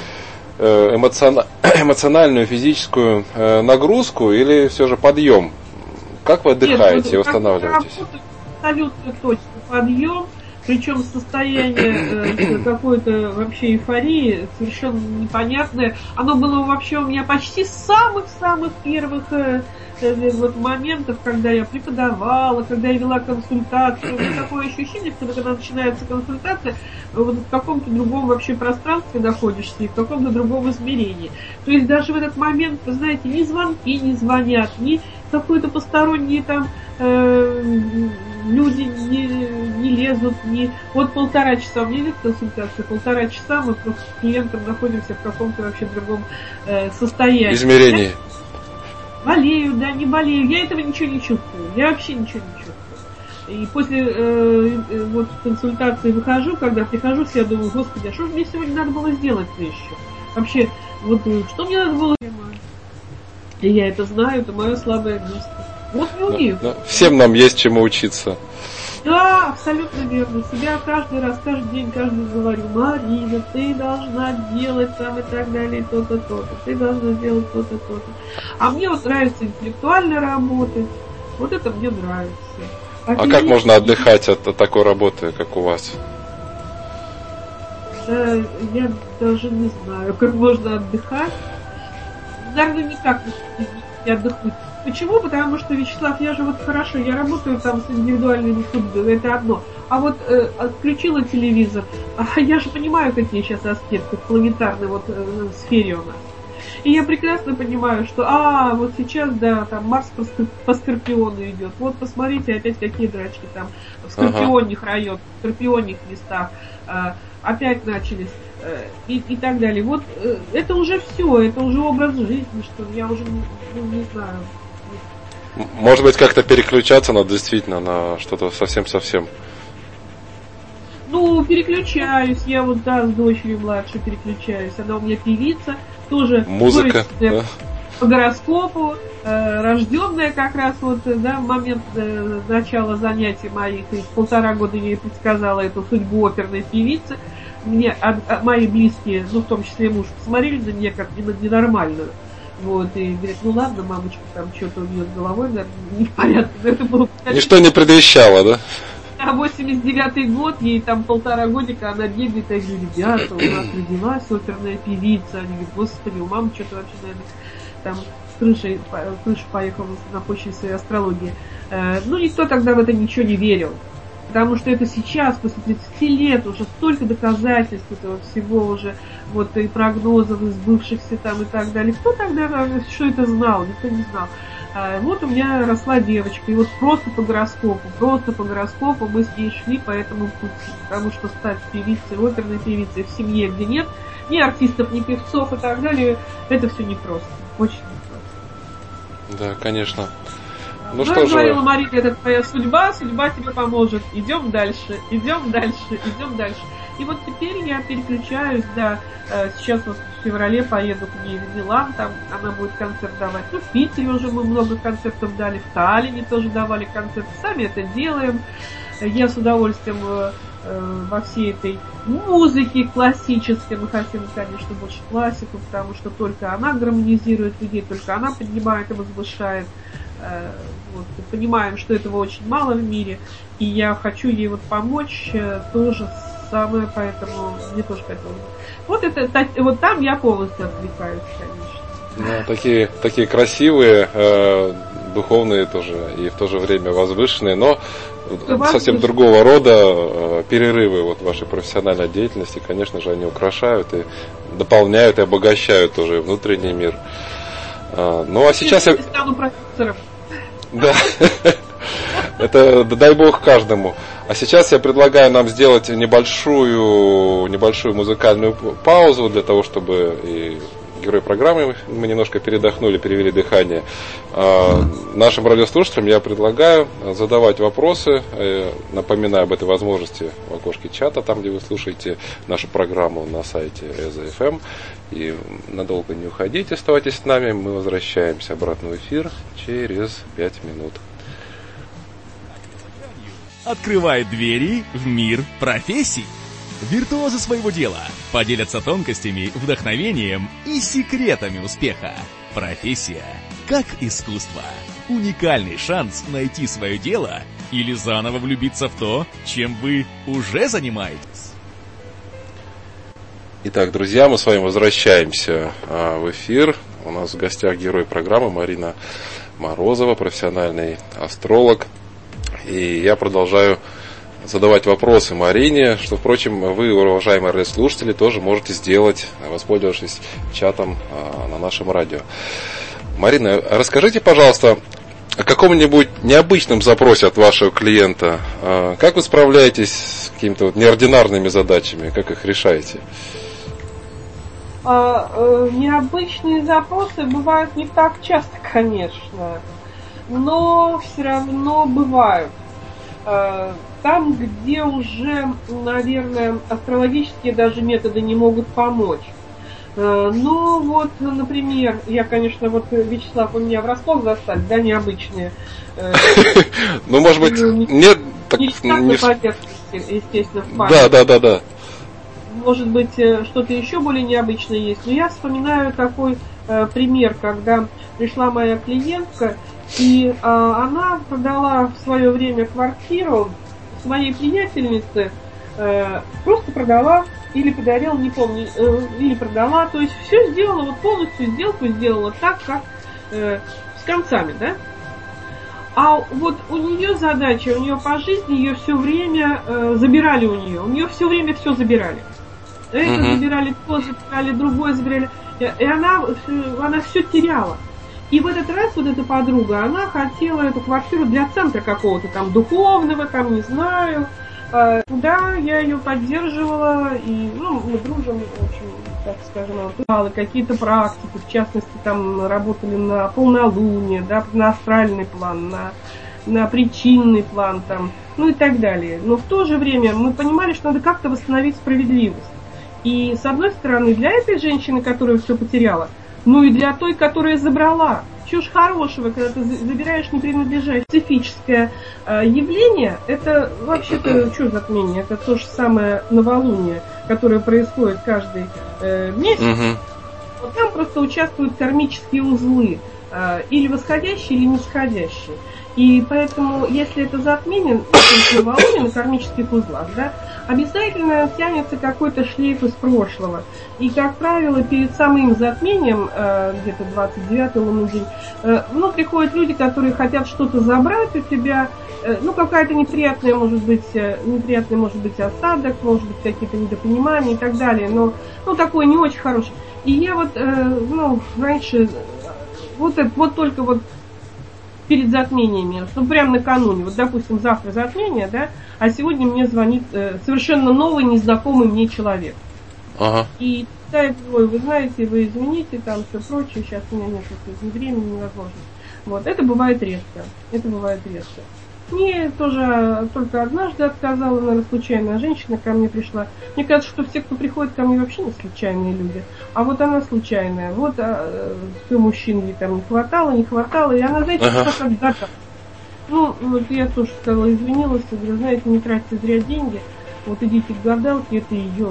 эмоциональную, физическую нагрузку или все же подъем? Как вы отдыхаете и восстанавливаетесь? Абсолютно точно подъем, причем состояние какой-то вообще эйфории совершенно непонятное. Оно было вообще у меня почти с самых-самых первых вот моментов, когда я преподавала, когда я вела консультацию. У меня такое ощущение, что когда начинается консультация, вот в каком-то другом вообще пространстве находишься и в каком-то другом измерении. То есть даже в этот момент, вы знаете, ни звонки не звонят, ни какие-то посторонние там э, люди не, не лезут, ни... Вот полтора часа, у меня нет консультации, полтора часа мы просто с клиентом находимся в каком-то вообще другом э, состоянии. Измерении. Болею, да, не болею, я этого ничего не чувствую, я вообще ничего не чувствую. И после э, э, вот консультации выхожу, когда прихожу, я думаю, господи, а что же мне сегодня надо было сделать-то еще? Вообще, вот что мне надо было сделать? И я это знаю, это мое слабое место. Вот не умею. Но, но всем нам есть чему учиться. Да, абсолютно верно. Себя каждый раз, каждый день, каждый говорю, Марина, ты должна делать там и так далее, то-то, то-то. Ты должна делать то-то, то-то. А мне вот нравится интеллектуально работать. Вот это мне нравится. А, а как можно отдыхать от, от такой работы, как у вас? Да, я даже не знаю, как можно отдыхать. Наверное, никак не отдохнуть. Почему? Потому что, Вячеслав, я же вот хорошо, я работаю там с индивидуальными судьбами, это одно. А вот э, отключила телевизор, а я же понимаю, какие сейчас аспекты в планетарной вот э, сфере у нас. И я прекрасно понимаю, что, а, вот сейчас, да, там Марс по, по Скорпиону идет. Вот посмотрите, опять какие драчки там в Скорпионных ага. районах, в Скорпионных местах э, опять начались. И, и так далее. Вот э, это уже все, это уже образ жизни, что я уже ну, не знаю. Может быть, как-то переключаться надо действительно на что-то совсем-совсем. Ну, переключаюсь. Я вот, да, с дочерью младшей переключаюсь. Она у меня певица, тоже музыка, да? По гороскопу, э, рожденная как раз вот, да, в момент э, начала занятий моих, и полтора года я ей предсказала эту судьбу оперной певицы. Мне а, а, мои близкие, ну в том числе муж, посмотрели на меня как ненормальную. Вот, и говорят, ну ладно, мамочка, там что-то у нее с головой, наверное, не в порядке. Это было... Ничто не предвещало, да? А восемьдесят девятый год, ей там полтора годика, она бегает, я говорю, ребята, у нас родилась оперная певица. Они говорят, господи, у мамы что-то вообще, наверное, там с крышей, крыша поехала на почве своей астрологии. Э, ну, никто тогда в это ничего не верил. Потому что это сейчас, после тридцати лет, уже столько доказательств этого всего уже, вот и прогнозов из сбывшихся там и так далее. Кто тогда что это знал? Никто не знал. А вот у меня росла девочка, и вот просто по гороскопу, просто по гороскопу мы с ней шли по этому пути. Потому что стать певицей, оперной певицей в семье, где нет ни артистов, ни певцов и так далее, это все непросто. Очень непросто. Да, конечно. Ну, ну что я же... говорила, Марина, это твоя судьба, судьба тебе поможет. Идем дальше, идем дальше, идем дальше. И вот теперь я переключаюсь, да, сейчас вот в феврале поеду к ней в Милан, там она будет концерт давать. Ну, в Питере уже мы много концертов дали, в Таллине тоже давали концерты, сами это делаем. Я с удовольствием во всей этой музыке классической, мы хотим, конечно, больше классику, потому что только она гармонизирует людей, только она поднимает и возвышает. Вот, понимаем, что этого очень мало в мире, и я хочу ей вот помочь тоже самое, поэтому мне тоже хотелось. Вот это, вот там я полностью отвлекаюсь, конечно. Ну, такие, такие красивые, э, духовные тоже, и в то же время возвышенные, но Возвышенные. Совсем другого рода э, перерывы вот в вашей профессиональной деятельности, конечно же, они украшают и дополняют и обогащают тоже внутренний мир. А, ну а сейчас я... стану профессором. Да, это дай бог каждому. А сейчас я предлагаю нам сделать небольшую, небольшую музыкальную паузу для того, чтобы и герои программы мы немножко передохнули, перевели дыхание. А, нашим радиослушателям я предлагаю задавать вопросы. Напоминаю об этой возможности в окошке чата, там, где вы слушаете нашу программу на сайте эс эф эм. И надолго не уходите, оставайтесь с нами. Мы возвращаемся обратно в эфир через пять минут. Открывает двери в мир профессий. Виртуозы своего дела поделятся тонкостями, вдохновением и секретами успеха. Профессия как искусство. Уникальный шанс найти свое дело или заново влюбиться в то, чем вы уже занимаетесь. Итак, друзья, мы с вами возвращаемся а, в эфир. У нас в гостях герой программы Марина Морозова, профессиональный астролог. И я продолжаю задавать вопросы Марине, что, впрочем, вы, уважаемые радиослушатели, тоже можете сделать, воспользовавшись чатом а, на нашем радио. Марина, расскажите, пожалуйста, о каком-нибудь необычном запросе от вашего клиента. А, как вы справляетесь с какими-то вот неординарными задачами, как их решаете? А, э, необычные запросы бывают не так часто, конечно, но все равно бывают. А, там, где уже, наверное, астрологические даже методы не могут помочь. А, ну вот, например, я, конечно, вот Вячеслав, у меня врасплох застали, да, необычные. Ну, может быть, нет... Не на поверхности, естественно, в памяти. Да, да, да, да. Может быть, что-то еще более необычное есть. Но я вспоминаю такой э, пример, когда пришла моя клиентка, и э, она продала в свое время квартиру с моей приятельницы, э, просто продала или подарила, не помню, э, или продала. То есть все сделала, вот полностью сделку сделала так, как э, с концами, да? А вот у нее задача, у нее по жизни ее все время э, забирали у нее. У нее все время все забирали. Это uh-huh. забирали, то забирали, другое забирали. И она, она все теряла. И в этот раз вот эта подруга, она хотела эту квартиру для центра какого-то там духовного, там не знаю. Да, я ее поддерживала, и ну, мы дружим, в общем, так скажем, какие-то практики, в частности, там работали на полнолуние, да, на астральный план, на, на причинный план, там, ну и так далее. Но в то же время мы понимали, что надо как-то восстановить справедливость. И, с одной стороны, для этой женщины, которая все потеряла, ну и для той, которая забрала. Чего ж хорошего, когда ты забираешь не принадлежащее. Специфическое э, явление, это вообще-то, что затмение? Это то же самое новолуние, которое происходит каждый э, месяц. Угу. Вот там просто участвуют кармические узлы, э, или восходящие, или нисходящие. И поэтому, если это затмение, это новолуние на кармических узлах, да, обязательно тянется какой-то шлейф из прошлого. И, как правило, перед самым затмением, э, где-то двадцать девятый лунный день, э, ну, приходят люди, которые хотят что-то забрать у тебя, ну, какая-то неприятная может быть, неприятный может быть осадок, может быть какие-то недопонимания и так далее, но, ну, такой не очень хороший. И я вот, ну, раньше, вот, это, вот только вот перед затмениями, ну, прям накануне, вот, допустим, завтра затмение, да, а сегодня мне звонит совершенно новый, незнакомый мне человек. Ага. И да, ой, вы знаете, вы извините, там все прочее, сейчас у меня нет ни времени, невозможно. Вот, это бывает редко. Это бывает редко. Мне тоже только однажды отказала, наверное, случайная женщина ко мне пришла. Мне кажется, что все, кто приходит ко мне, вообще не случайные люди. А вот она случайная. Вот а, все мужчин ей там не хватало, не хватало. И она, знаете, ага. как гадала. Ну, вот я тоже сказала, извинилась, и говорю, знаете, не тратьте зря деньги. Вот идите к гадалке, это ее...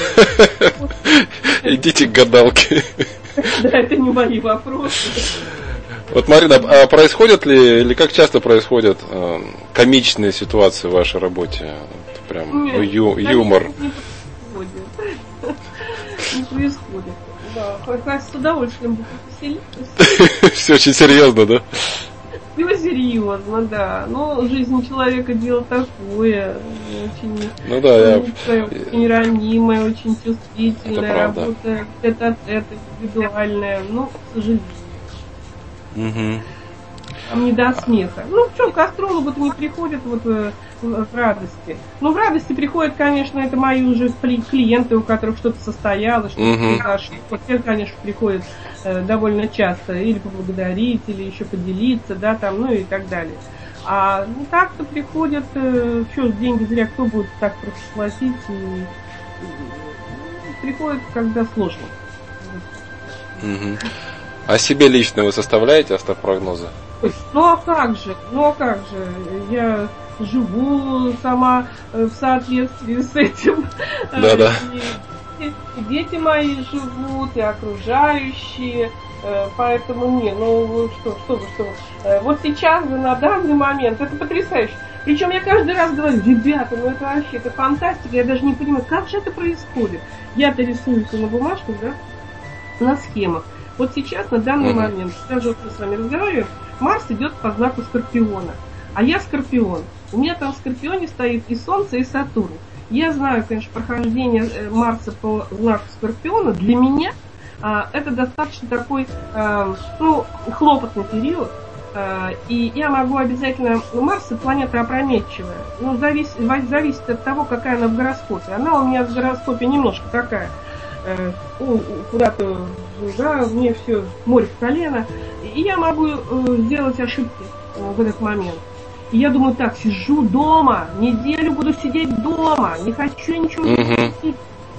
Идите к гадалке. Да, это не мои вопросы. Вот, Марина, а происходят ли, или как часто происходят э, комичные ситуации в вашей работе? Прям Нет, ю, юмор. Не происходит. Не происходит. Да, хоть с удовольствием бы поселиться. Все очень серьезно, да? Все серьезно, да. Но жизнь человека дело такое. Очень, ну да, я... очень ранимая, очень чувствительная это работа. Это, это индивидуальная. Ну, к сожалению. Угу. Там не до смеха. Ну, что, к астрологу-то не приходят вот в, в, в радости. Ну, в радости приходят, конечно, это мои уже клиенты, у которых что-то состоялось, что-то угу. произошло. Вот те, конечно, приходят э, довольно часто или поблагодарить, или еще поделиться, да, там, ну и так далее. А ну, так-то приходят, э, что, деньги зря кто будет так просто платить, и, и приходят, когда сложно. Угу. А себе лично вы составляете астропрогнозы? Ну а как же, ну а как же, я живу сама в соответствии с этим. Да-да. И, и дети мои живут, и окружающие, поэтому не, ну что, что вы, что вы. Вот сейчас, на данный момент, это потрясающе. Причем я каждый раз говорю, ребята, ну это вообще, это фантастика, я даже не понимаю, как же это происходит. Я-то рисую на бумажках, да, на схемах. Вот сейчас, на данный uh-huh. момент, даже вот мы с вами разговариваем, Марс идет по знаку Скорпиона. А я Скорпион. У меня там в Скорпионе стоит и Солнце, и Сатурн. Я знаю, конечно, прохождение Марса по знаку Скорпиона. Для меня а, это достаточно такой, а, ну, хлопотный период. А, и я могу обязательно... Ну, Марс — планета опрометчивая. Ну, зависит, зависит от того, какая она в гороскопе. Она у меня в гороскопе немножко такая... Ну, куда-то, да, мне все море в колено, и я могу э, сделать ошибки э, в этот момент. И я думаю, так, сижу дома, неделю буду сидеть дома, не хочу ничего uh-huh. не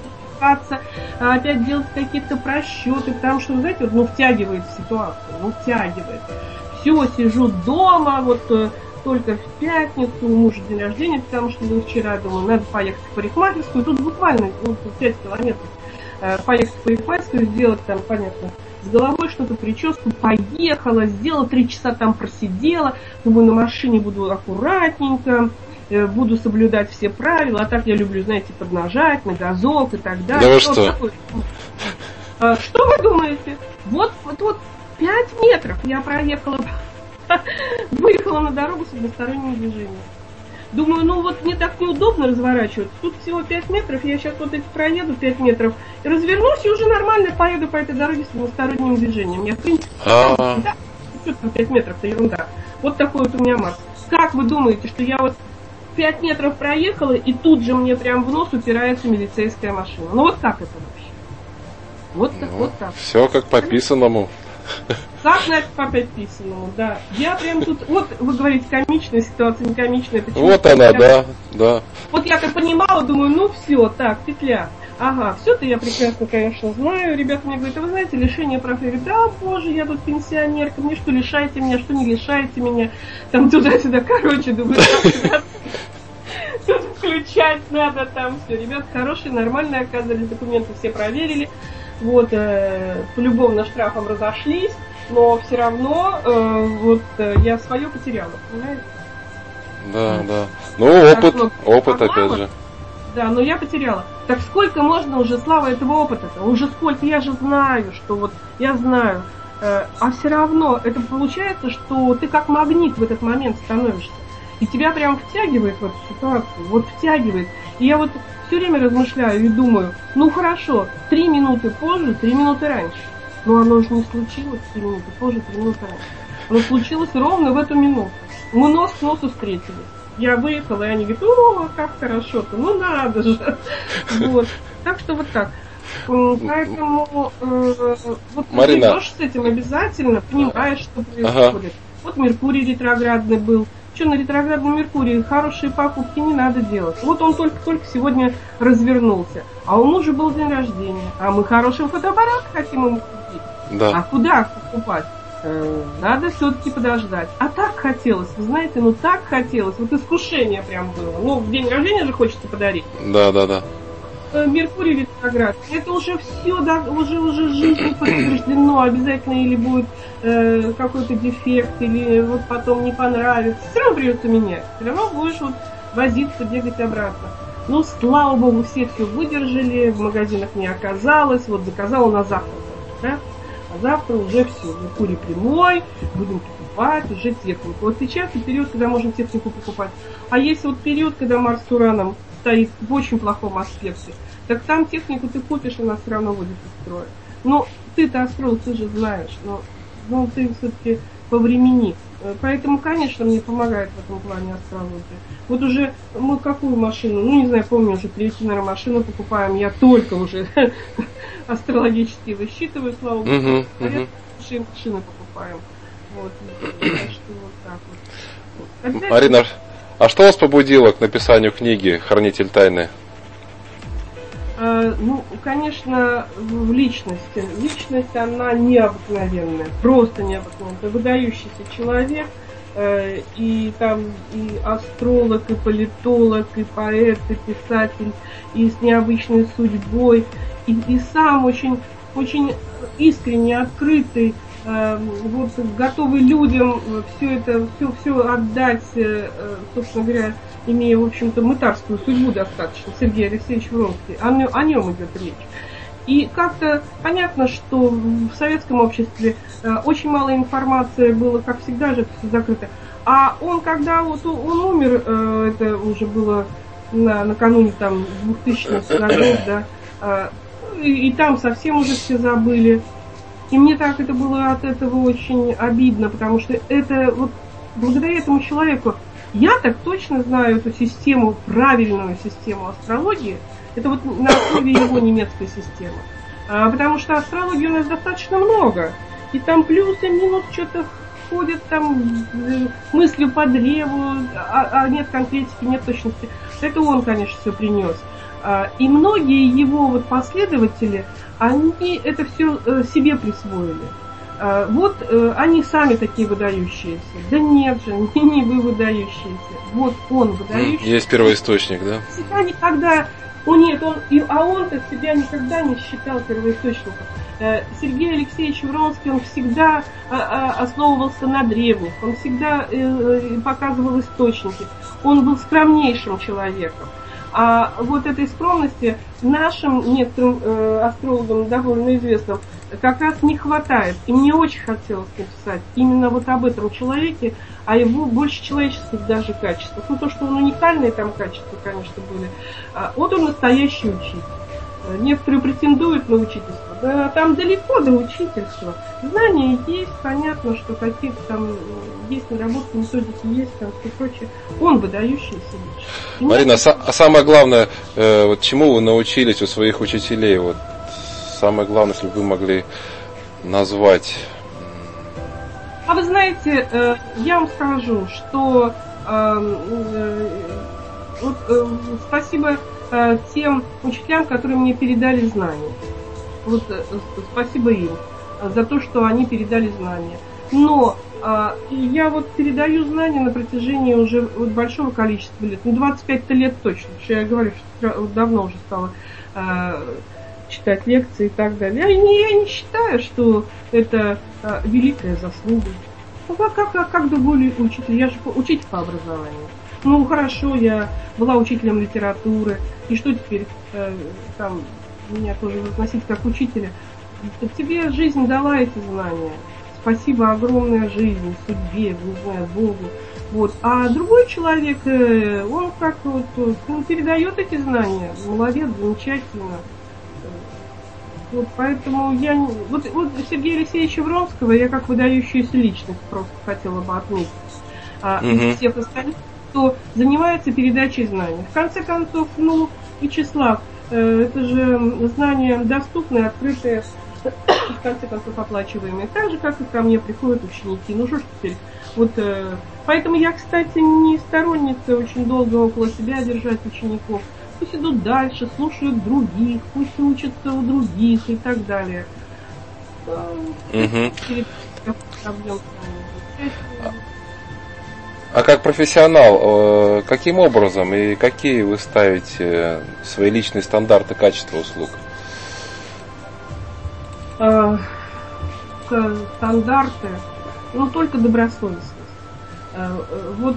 опять делать какие-то просчеты, потому что, знаете, вот, ну, втягивает в ситуацию, ну, втягивает. Все, сижу дома, вот э, только в пятницу, у мужа день рождения, потому что был вчера, думаю, надо поехать в парикмахерскую, тут буквально ну, пять километров. Поехать в парикмахерскую, сделать там, понятно, с головой что-то, прическу, поехала, сделала, три часа там просидела, думаю, на машине буду аккуратненько, буду соблюдать все правила, а так я люблю, знаете, поднажать на газок и так далее. Да вы что? что? А, что вы думаете? Вот, вот, вот, пять метров я проехала, выехала на дорогу с односторонним движением. Думаю, ну вот мне так неудобно разворачиваться. Тут всего пять метров, я сейчас вот эти проеду пять метров, и развернусь и уже нормально поеду по этой дороге с односторонним движением. Я, в принципе, да, что там пять метров, это ерунда. Вот такой вот у меня Марс. Как вы думаете, что я вот пять метров проехала, и тут же мне прям в нос упирается милицейская машина? Ну вот как это вообще? Вот так, ну, вот так. Все как по писанному. Как на это по писанному, да. Я прям тут, вот вы говорите, комичная ситуация, не комичная. Вот она, я, да, да. Вот я как понимала, думаю, ну все, так, петля. Ага, все-то я прекрасно, конечно, знаю. Ребята мне говорят, а вы знаете, лишение прав. Я говорю, да, боже, я тут пенсионерка, мне что лишаете меня, что не лишаете меня. Там туда-сюда, короче, думаю, тут включать надо, там все. Ребята хорошие, нормальные оказались, документы все проверили. Вот, э, по-любому штрафам разошлись, но все равно э, вот э, я свое потеряла, понимаете? Да, да. Ну, опыт, так, ну, опыт опять же. Да, но я потеряла. Так сколько можно уже, Слава, этого опыта-то? Уже сколько, я же знаю, что вот, я знаю. Э, а все равно это получается, что ты как магнит в этот момент становишься. И тебя прям втягивает в эту ситуацию, вот втягивает. И я вот все время размышляю и думаю, ну хорошо, три минуты позже, три минуты раньше. Но оно же не случилось три минуты позже, три минуты раньше. Оно случилось ровно в эту минуту. Мы нос к носу встретились. Я выехала, и они говорят, о, как хорошо-то, ну надо же. Вот. Так что вот так. Поэтому э, вот ты идешь с этим обязательно, понимаешь, что происходит. Ага. Вот Меркурий ретроградный был. Что на ретроградном Меркурии? Хорошие покупки не надо делать. Вот он только-только сегодня развернулся. А у мужа был день рождения. А мы хороший фотоаппарат хотим ему купить. Да. А куда покупать? Э, надо все-таки подождать. А так хотелось, вы знаете, ну так хотелось. Вот искушение прям было. Ну, в день рождения же хочется подарить. Да, да, да. Меркурий ретроград, это уже все, да, уже уже жизнь подтверждено, обязательно или будет э, какой-то дефект, или вот потом не понравится, все равно придется менять, все равно будешь вот возиться, бегать обратно. Ну, слава богу, все все выдержали, в магазинах не оказалось, вот заказала на завтра, да, а завтра уже все, Меркурий прямой, будем покупать уже технику. Вот сейчас и период, когда можно технику покупать, а есть вот период, когда Марс с Ураном стоит в очень плохом аспекте, так там технику ты купишь, она все равно будет из строя. Но ты-то астролог, ты же знаешь, но, но ты все-таки повремени. Поэтому, конечно, мне помогает в этом плане астрология. Вот уже мы какую машину, ну не знаю, помню, уже третью, наверное, машину покупаем, я только уже астрологически высчитываю, слава богу, uh-huh, uh-huh. машины покупаем. Вот, так что вот так вот. Опять Марина, а что вас побудило к написанию книги «Хранитель тайны»? Э, ну, конечно, в личности. Личность, она необыкновенная, просто необыкновенная. Выдающийся человек, э, и там и астролог, и политолог, и поэт, и писатель, и с необычной судьбой, и, и сам очень, очень искренне открытый, вот готовы людям все это, все, все отдать, собственно говоря, имея, в общем-то, мытарскую судьбу достаточно, Сергей Алексеевич Вронский, о, о нем идет речь. И как-то понятно, что в советском обществе очень мало информации было, как всегда же все закрыто. А он, когда вот он умер, это уже было на, накануне там двухтысячных годов, да, и, и там совсем уже все забыли. И мне так это было от этого очень обидно, потому что это вот благодаря этому человеку я так точно знаю эту систему, правильную систему астрологии. Это вот на основе его немецкой системы. А, потому что астрологии у нас достаточно много. И там плюсы, минус, что-то ходят там мыслью по древу, а, а нет конкретики, нет точности. Это он, конечно, все принес. А, и многие его вот последователи, они это все э, себе присвоили. А, вот э, они сами такие выдающиеся. Да нет же, не, не вы выдающиеся. Вот он выдающийся. Есть первоисточник, да? Себя никогда... О нет, он, и, а он-то себя никогда не считал первоисточником. Э, Сергей Алексеевич Вронский, он всегда а, а, основывался на древних, он всегда э, показывал источники. Он был скромнейшим человеком. А вот этой скромности нашим некоторым э, астрологам довольно известным как раз не хватает. И мне очень хотелось написать именно вот об этом человеке, о его больше человеческих даже качествах. Ну, то, что он уникальные там качества, конечно, были. А, вот он настоящий учитель. Некоторые претендуют на учительство. Да, там далеко до учительства. Знания есть, понятно, что какие-то там есть наработки, методики есть, там все прочее. Он выдающийся лично. Марина, а, а самое главное, э, вот чему вы научились у своих учителей? Вот самое главное, если бы вы могли назвать. А вы знаете, э, я вам скажу, что э, э, вот, э, спасибо тем учителям, которые мне передали знания. Вот спасибо им за то, что они передали знания. Но а, я вот передаю знания на протяжении уже вот большого количества лет. Ну, двадцать пять лет точно. Потому что я говорю, что давно уже стала а, читать лекции и так далее. Я не, я не считаю, что это а, великая заслуга. Ну, как, как, как другой учитель? Я же учитель по образованию. Ну, хорошо, я была учителем литературы, и что теперь, э, там, меня тоже возносить как учителя? Тебе жизнь дала эти знания. Спасибо огромное жизни, судьбе, не знаю, Богу. Вот. А другой человек, он как вот, он передает эти знания. Молодец, замечательно. Вот поэтому я... Вот, вот Сергея Алексеевича Вронского я как выдающуюся личность просто хотела бы отметить. А угу. Из всех остальных, кто занимается передачей знаний. В конце концов, ну, Вячеслав, это же знания доступные, открытые, в конце концов оплачиваемые. Так же, как и ко мне приходят ученики. Ну что ж теперь... Вот, э, поэтому я, кстати, не сторонница очень долго около себя держать учеников. Пусть идут дальше, слушают других, пусть учатся у других и так далее. Угу. А как профессионал, каким образом и какие вы ставите свои личные стандарты качества услуг? А, стандарты... Ну, только добросовестность. Вот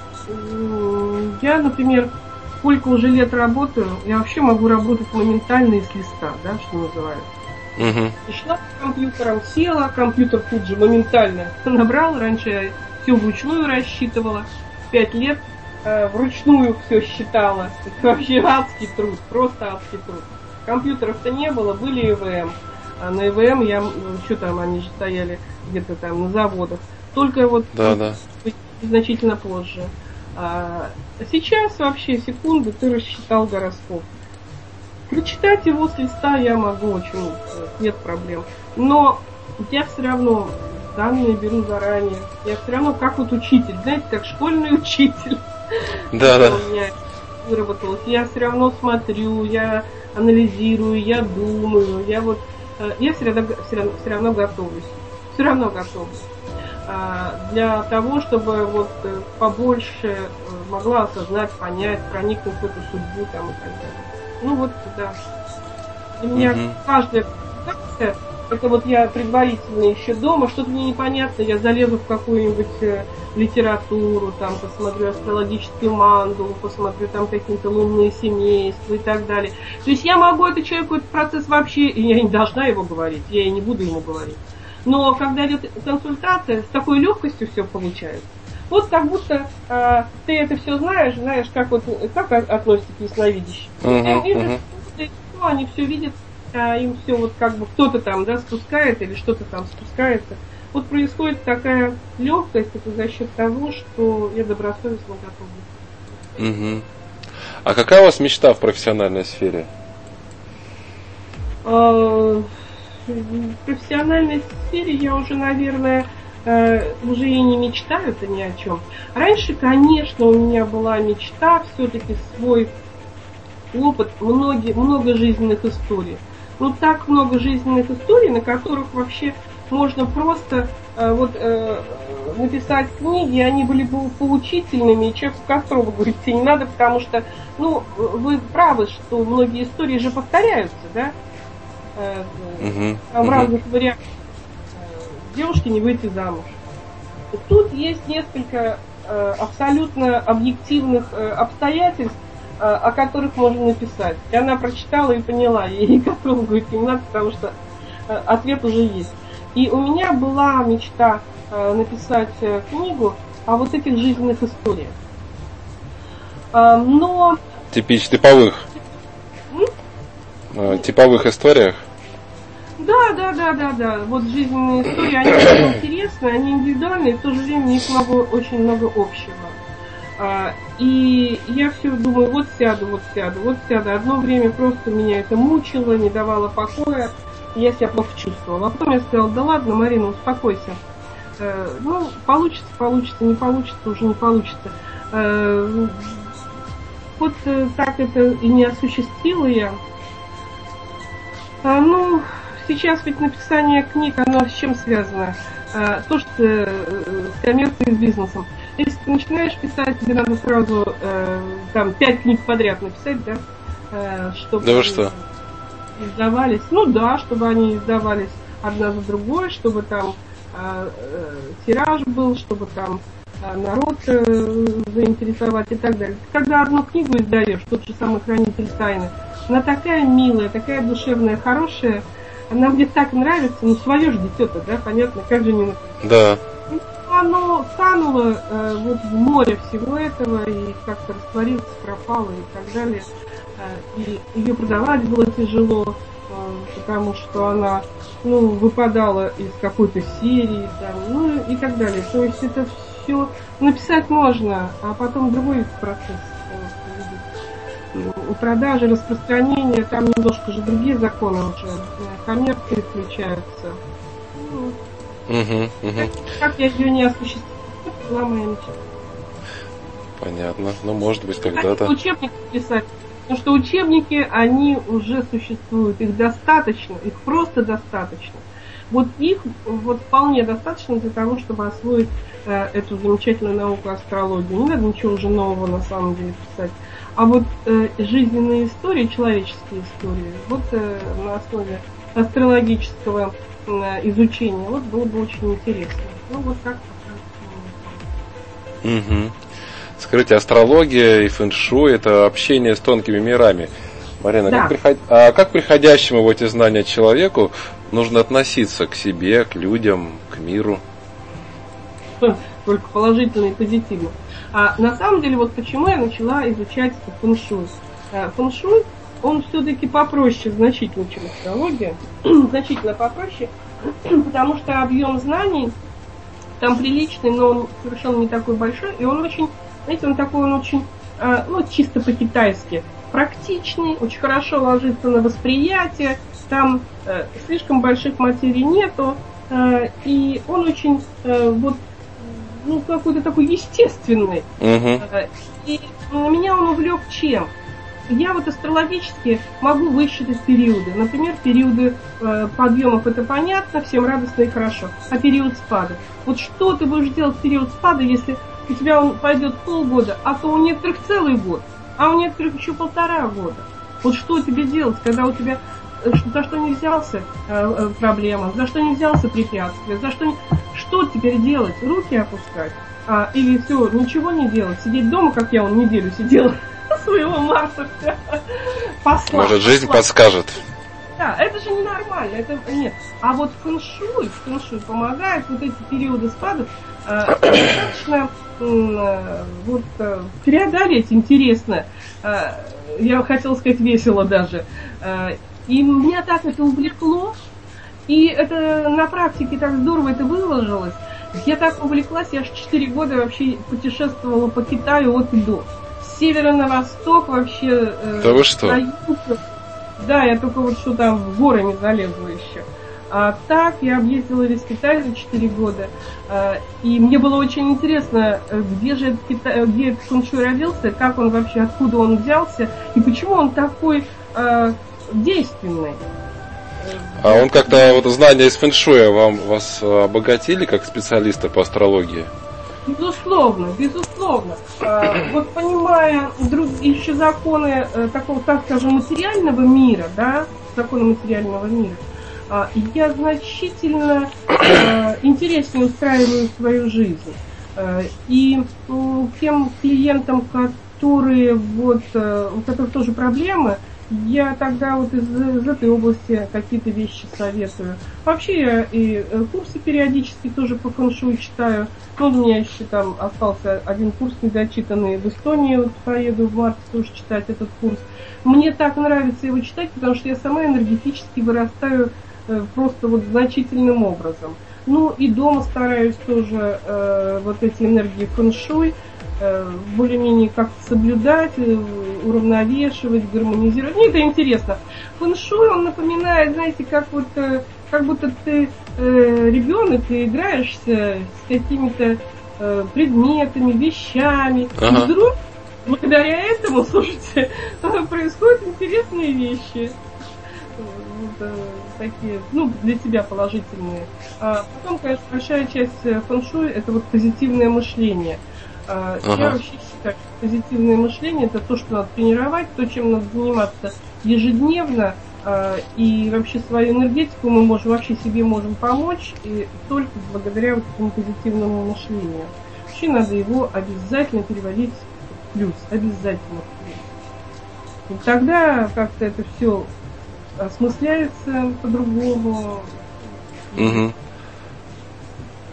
я, например, сколько уже лет работаю, я вообще могу работать моментально и с листа, да, что называется. Угу. Пришла с компьютером, села, компьютер тут же моментально набрал. Раньше я все вручную рассчитывала. Пять лет э, вручную все считала. Это вообще адский труд, просто адский труд. Компьютеров-то не было, были ИВМ. А на ИВМ я, что там, они же стояли где-то там на заводах. Только вот да, да. значительно позже. А сейчас вообще секунды ты рассчитал гороскоп. Прочитать его с листа я могу, очень нет проблем. Но я все равно данные беру заранее. Я все равно как вот учитель, знаете, как школьный учитель. Да, да. У меня выработалось. Я все равно смотрю, я анализирую, я думаю, я вот я все равно, все равно, все равно готовлюсь. Все равно готовлюсь. А, для того, чтобы вот побольше могла осознать, понять, проникнуть в эту судьбу там и так далее. Ну вот, да. Для меня uh-huh. каждая презентация, это вот я предварительно еще дома, что-то мне непонятно, я залезу в какую-нибудь э, литературу, там посмотрю астрологическую мандалу, посмотрю там какие-то лунные семейства и так далее. То есть я могу это человеку, этот процесс вообще, и я не должна его говорить, я и не буду ему говорить. Но когда идет консультация, с такой легкостью все получается. Вот как будто э, ты это все знаешь, знаешь, как вот как относятся к ясновидящим. Uh-huh, uh-huh. Они все видят, а им все вот как бы кто-то там, да, спускает или что-то там спускается. Вот происходит такая легкость, это за счет того, что я добросовестно готова. Uh-huh. А какая у вас мечта в профессиональной сфере? Э, в профессиональной сфере я уже, наверное, уже и не мечтаю-то ни о чем. Раньше, конечно, у меня была мечта, все-таки свой опыт, многие, много жизненных историй. Ну, так много жизненных историй, на которых вообще можно просто э, вот, э, написать книги, они были бы поучительными, и человеку Кострову говорить не надо, потому что, ну, вы правы, что многие истории же повторяются, да, э, uh-huh. в разных uh-huh. вариантах. Девушке не выйти замуж. Тут есть несколько э, абсолютно объективных э, обстоятельств, э, о которых можно написать. И она прочитала и поняла, ей Кострову говорить не надо, потому что э, ответ уже есть. И у меня была мечта э, написать э, книгу о вот этих жизненных историях. Э, но... Типич, типовых. Э, типовых историях? Да, да, да, да, да. Вот жизненные истории, они очень интересные, они индивидуальные, и в то же время у них много, очень много общего. А, и я все думаю, вот сяду, вот сяду, вот сяду. Одно время просто меня это мучило, не давало покоя, и я себя плохо чувствовала. А потом я сказала, да ладно, Марина, успокойся. А, ну, получится, получится, не получится, уже не получится. А, вот так это и не осуществила я. А, ну... Сейчас ведь написание книг, оно с чем связано? А, то, что э, с коммерцией, с бизнесом. Если ты начинаешь писать, тебе надо сразу э, там пять книг подряд написать, да? Э, чтобы да вы что? Издавались. Ну да, чтобы они издавались одна за другой, чтобы там э, э, тираж был, чтобы там э, народ э, заинтересовать и так далее. Когда одну книгу издаешь, тот же самый «Хранитель тайны», она такая милая, такая душевная, хорошая. Она мне так нравится, ну свое же дитё-то, да, понятно, как же не написано. Да. Ну, оно кануло э, вот в море всего этого и как-то растворилось, пропало и так далее. Э, и ее продавать было тяжело, э, потому что она, ну, выпадала из какой-то серии, там, ну и так далее. То есть это все написать можно, а потом другой процесс. У продажи, распространения, там немножко же другие законы уже, коммерции включаются. Ну, угу, угу. Как, как я ее не осуществила, это была моя мечта. Понятно, ну может быть когда-то. А учебники писать, потому что учебники, они уже существуют, их достаточно, их просто достаточно. Вот их вот вполне достаточно для того, чтобы освоить э, эту замечательную науку астрологию. Не надо ничего уже нового на самом деле писать. А вот э, жизненные истории, человеческие истории, вот э, на основе астрологического э, изучения, вот было бы очень интересно. Ну вот как-то. Угу. Скажите, астрология и фэн-шуй — это общение с тонкими мирами. Марина, да. как, приход... а как приходящему в эти знания человеку нужно относиться к себе, к людям, к миру? Только положительно и позитивно. А на самом деле, вот почему я начала изучать фэн-шуй. Фэн-шуй, он все-таки попроще значительно, чем астрология. Значительно попроще, потому что объем знаний там приличный, но он совершенно не такой большой. И он очень, знаете, он такой, он очень, ну, чисто по-китайски практичный, очень хорошо ложится на восприятие. Там э, слишком больших материй нету. Э, и он очень, э, вот, ну, какой-то такой естественный. Uh-huh. И меня он увлек чем? Я вот астрологически могу высчитать периоды. Например, периоды э, подъемов, это понятно, всем радостно и хорошо. А период спада? Вот что ты будешь делать в период спада, если у тебя он пойдет полгода, а то у некоторых целый год, а у некоторых еще полтора года? Вот что тебе делать, когда у тебя за что не взялся э, проблема, за что не взялся препятствие, за что не... Что теперь делать? Руки опускать? А, или все, ничего не делать? Сидеть дома, как я он неделю сидела, своего Марса посла. Может, жизнь посла. подскажет. Да, это же ненормально, это нет. А вот фэн-шуй, фэн-шуй помогает вот эти периоды спадов э, достаточно э, вот, э, преодолеть интересно. Э, я хотела сказать весело даже. Э, и меня так это увлекло, и это на практике так здорово это выложилось. Я так увлеклась, я аж четыре года вообще путешествовала по Китаю от и до. С севера на восток вообще. Э, да вы что? На юг. Да, я только вот что там в горы не залезла еще. А так я объездила весь Китай за четыре года. А, и мне было очень интересно, где же этот Китай, где этот фэн-шуй родился, как он вообще, откуда он взялся, и почему он такой а, действенный. А он как-то, вот знания из фэн-шуя вам, вас обогатили как специалиста по астрологии? Безусловно, безусловно. А, вот понимая друг, еще законы а, такого, так скажем, материального мира, да, законы материального мира, а, я значительно а, интереснее устраиваю свою жизнь. А, и а, тем клиентам, которые вот, а, у которых тоже проблемы, я тогда вот из, из этой области какие-то вещи советую. Вообще я и курсы периодически тоже по фэн-шуй читаю. Ну, у меня еще там остался один курс недочитанный. В Эстонию вот поеду в марте тоже читать этот курс. Мне так нравится его читать, потому что я сама энергетически вырастаю э, просто вот значительным образом. Ну и дома стараюсь тоже э, вот эти энергии фэн-шуй более-менее как-то соблюдать, уравновешивать, гармонизировать. Мне это интересно. Фэн-шуй, он напоминает, знаете, как вот, как будто ты э, ребенок и играешься с какими-то э, предметами, вещами. Ага. И вдруг, благодаря этому, слушайте, происходят интересные вещи. Вот, такие, ну, для тебя положительные. А потом, конечно, большая часть фэн-шуй – это вот позитивное мышление. Ага. Я вообще считаю, что позитивное мышление – это то, что надо тренировать, то, чем надо заниматься ежедневно, и вообще свою энергетику мы можем вообще себе можем помочь и только благодаря вот этому позитивному мышлению. Вообще надо его обязательно переводить в плюс, обязательно в плюс. И тогда как-то это все осмысляется по-другому. Угу. А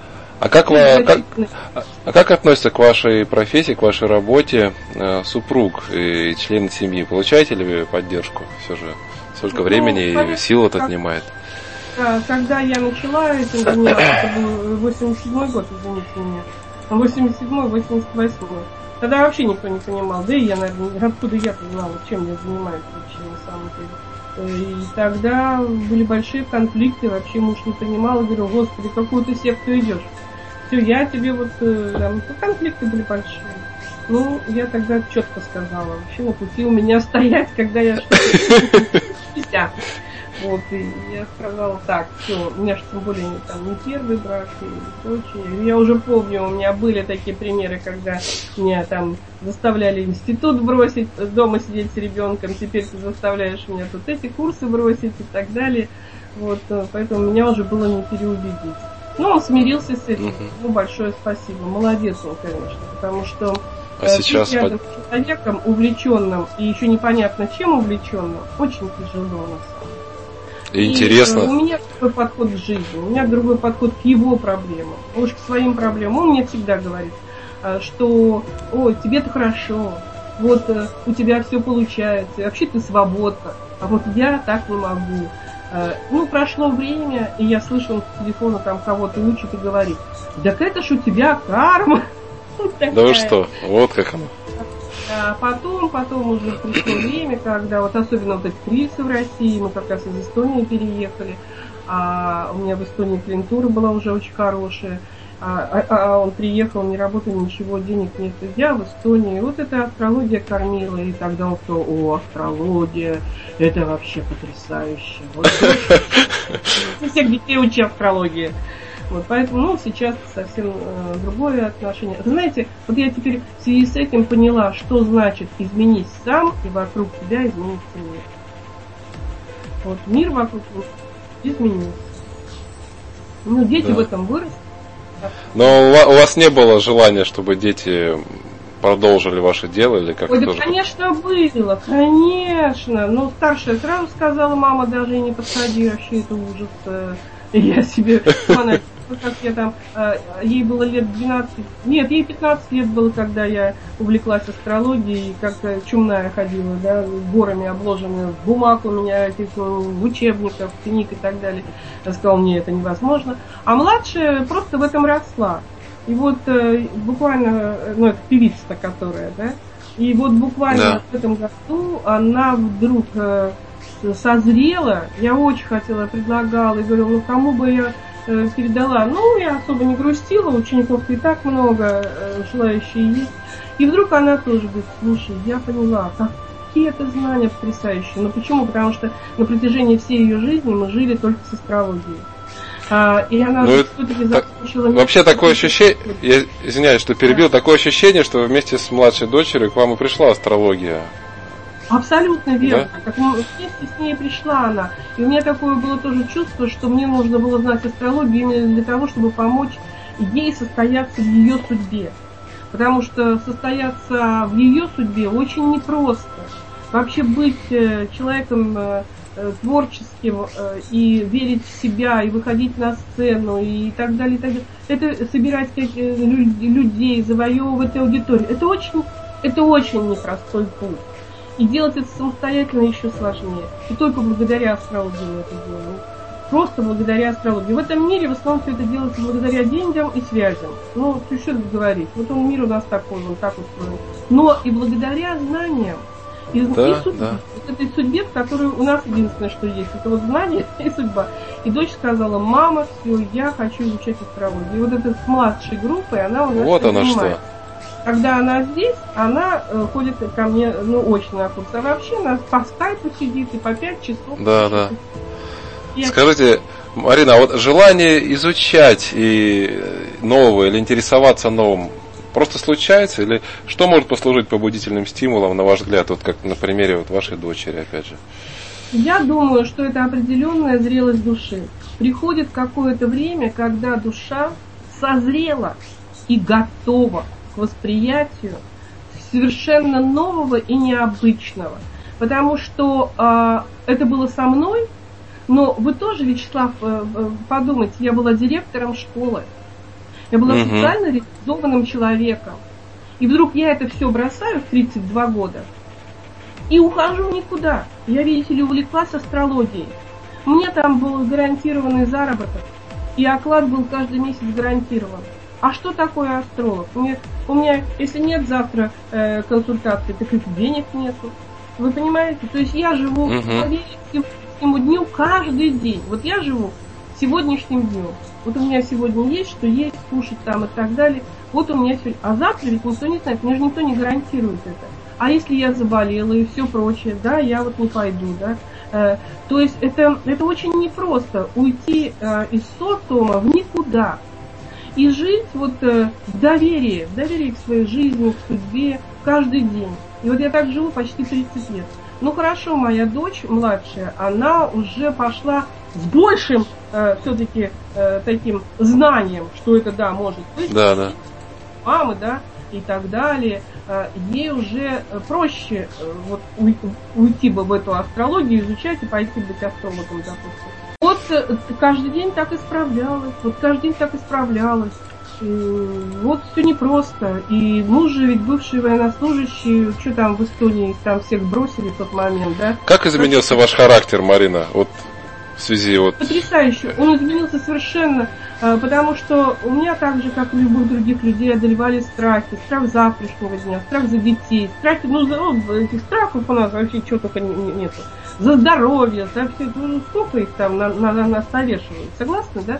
А как, ва, как, а как относится к вашей профессии, к вашей работе э, супруг и члены семьи? Получаете ли вы поддержку все же? Сколько ну, времени конечно, и сил это отнимает? Когда я начала этим заниматься, это был восемьдесят седьмой год, извините меня, восемьдесят седьмой восемьдесят восьмой. Тогда вообще никто не понимал, да и я, наверное, откуда я-то знала, чем я занимаюсь вообще на самом деле. И тогда были большие конфликты, вообще муж не понимал, и говорил: Господи, какую ты секту идешь? Все, я тебе вот, там, конфликты были большие. Ну, я тогда четко сказала, вообще на пути у меня стоять, когда я что-то вот, и я сказала: так, все, у меня же тем более там не первый брак и прочее. Я уже помню, у меня были такие примеры, когда меня там заставляли институт бросить, дома сидеть с ребенком, теперь ты заставляешь меня тут эти курсы бросить и так далее. Вот, поэтому меня уже было не переубедить. Ну, он смирился с этим. Ну, большое спасибо. Молодец он, конечно, потому что а сейчас рядом с человеком увлеченным и еще непонятно чем увлеченным, очень тяжело на самом деле. Интересно. И у меня другой подход к жизни, у меня другой подход к его проблемам, уж к своим проблемам. Он мне всегда говорит, что: ой, тебе-то хорошо, вот у тебя все получается, вообще ты свободна, а вот я так не могу. Ну, прошло время, и я слышу, он с телефона там кого-то учит и говорит: так это ж у тебя карма. Да вы что, вот как оно. А потом, потом уже пришло время, когда вот особенно вот эти кризисы в России, мы как раз из Эстонии переехали, а у меня в Эстонии клиентура была уже очень хорошая, а, а, а он приехал, не работал, ничего, денег нет, я в Эстонии, вот эта астрология кормила, и тогда он сказал: о, астрология, это вообще потрясающе. Вот, всех детей учи астрологии. Вот, поэтому, ну, сейчас совсем э, другое отношение. Знаете, вот я теперь в связи с этим поняла, что значит изменить сам, и вокруг тебя изменится мир. Вот мир вокруг изменился. Ну, дети да. в этом выросли. Но у вас не было желания, чтобы дети продолжили ваше дело или как-то? Ой, да, тоже... конечно, было, конечно. Но старшая сразу сказала: мама, даже и не подходи, вообще это ужас. Я себе, она, как я там, ей было лет двенадцать, нет, ей пятнадцать лет было, когда я увлеклась астрологией, как чумная ходила, да, горами обложенная, бумаг у меня, этих учебников, книг и так далее. Я сказала: мне это невозможно. А младшая просто в этом росла. И вот буквально, ну, это певица-то, которая, да, и вот буквально да. в этом году она вдруг созрела, я очень хотела, предлагала и говорила: ну кому бы я э, передала. Ну, я особо не грустила, учеников и так много, э, желающие есть. И вдруг она тоже говорит: слушай, я поняла, какие это знания потрясающие. Ну почему? Потому что на протяжении всей ее жизни мы жили только с астрологией. А, и она ну, все-таки закончила... Вообще такое ощущение, я извиняюсь, что перебил, да. такое ощущение, что вместе с младшей дочерью к вам и пришла астрология. Абсолютно верно. Да? Как вместе с ней пришла она. И у меня такое было тоже чувство, что мне нужно было знать астрологию именно для того, чтобы помочь ей состояться в ее судьбе. Потому что состояться в ее судьбе очень непросто. Вообще быть человеком творческим и верить в себя, и выходить на сцену, и так далее, и так далее. Это собирать людей, завоевывать аудиторию. Это очень, это очень непростой путь. И делать это самостоятельно еще сложнее. И только благодаря астрологии мы это делаем. Просто благодаря астрологии. В этом мире в основном все это делается благодаря деньгам и связям. Ну, что тут говорить. Вот он, мир у нас такой, он так устроен. Но и благодаря знаниям. И, да, и судьбе. Да. Вот этой судьбе, в которой у нас единственное, что есть, это вот знание и судьба. И дочь сказала: мама, все, я хочу изучать астрологию. И вот эта с младшей группой, она у нас вот она занимается. Что. Когда она здесь, она э, ходит ко мне, ну, очно на курс. А вообще она по скайпу сидит и по пять часов. Да, да. И скажите, Марина, а вот желание изучать и новое или интересоваться новым просто случается? Или что может послужить побудительным стимулом, на ваш взгляд, вот как на примере вот вашей дочери, опять же? Я думаю, что это определенная зрелость души. Приходит какое-то время, когда душа созрела и готова к восприятию совершенно нового и необычного. Потому что э, это было со мной, но вы тоже, Вячеслав, э, подумайте, я была директором школы. Я была Мгм. социально реализованным человеком. И вдруг я это все бросаю в тридцать два года и ухожу никуда. Я, видите ли, увлеклась астрологией. У меня там был гарантированный заработок, и оклад был каждый месяц гарантирован. А что такое астролог? У меня, у меня если нет завтра э, консультации, так и денег нету. Вы понимаете? То есть я живу Мгм. в сегодняшнему дню каждый день. Вот я живу сегодняшним днем. Вот у меня сегодня есть, что есть, кушать там и так далее. Вот у меня сегодня. А завтра ведь никто не знает, мне же никто не гарантирует это. А если я заболела и все прочее, да, я вот не пойду, да. Э, то есть это, это очень непросто уйти э, из социума в никуда. И жить вот э, в доверии, в доверии к своей жизни, к судьбе каждый день. И вот я так живу почти тридцать лет. Ну хорошо, моя дочь младшая, она уже пошла с большим э, все-таки э, таким знанием, что это, да, может быть. Да, да. Мамы, да, и так далее. Э, ей уже проще э, вот уйти, уйти бы в эту астрологию, изучать и пойти быть астрологом, допустим. Вот э, каждый день так и справлялась, вот каждый день так и справлялась. И вот все непросто. И муж же ведь бывший военнослужащий, что там в Эстонии, там всех бросили в тот момент, да? Как изменился ваш характер, Марина, вот в связи вот... Потрясающе. Он изменился совершенно, потому что у меня так же, как и у любых других людей, одолевали страхи. Страх завтрашнего дня, страх за детей, страхи, ну, за, ну, этих страхов у нас вообще чего только нету. За здоровье, за все, ну, сколько их там на, на, на, навешивают. Согласны, да?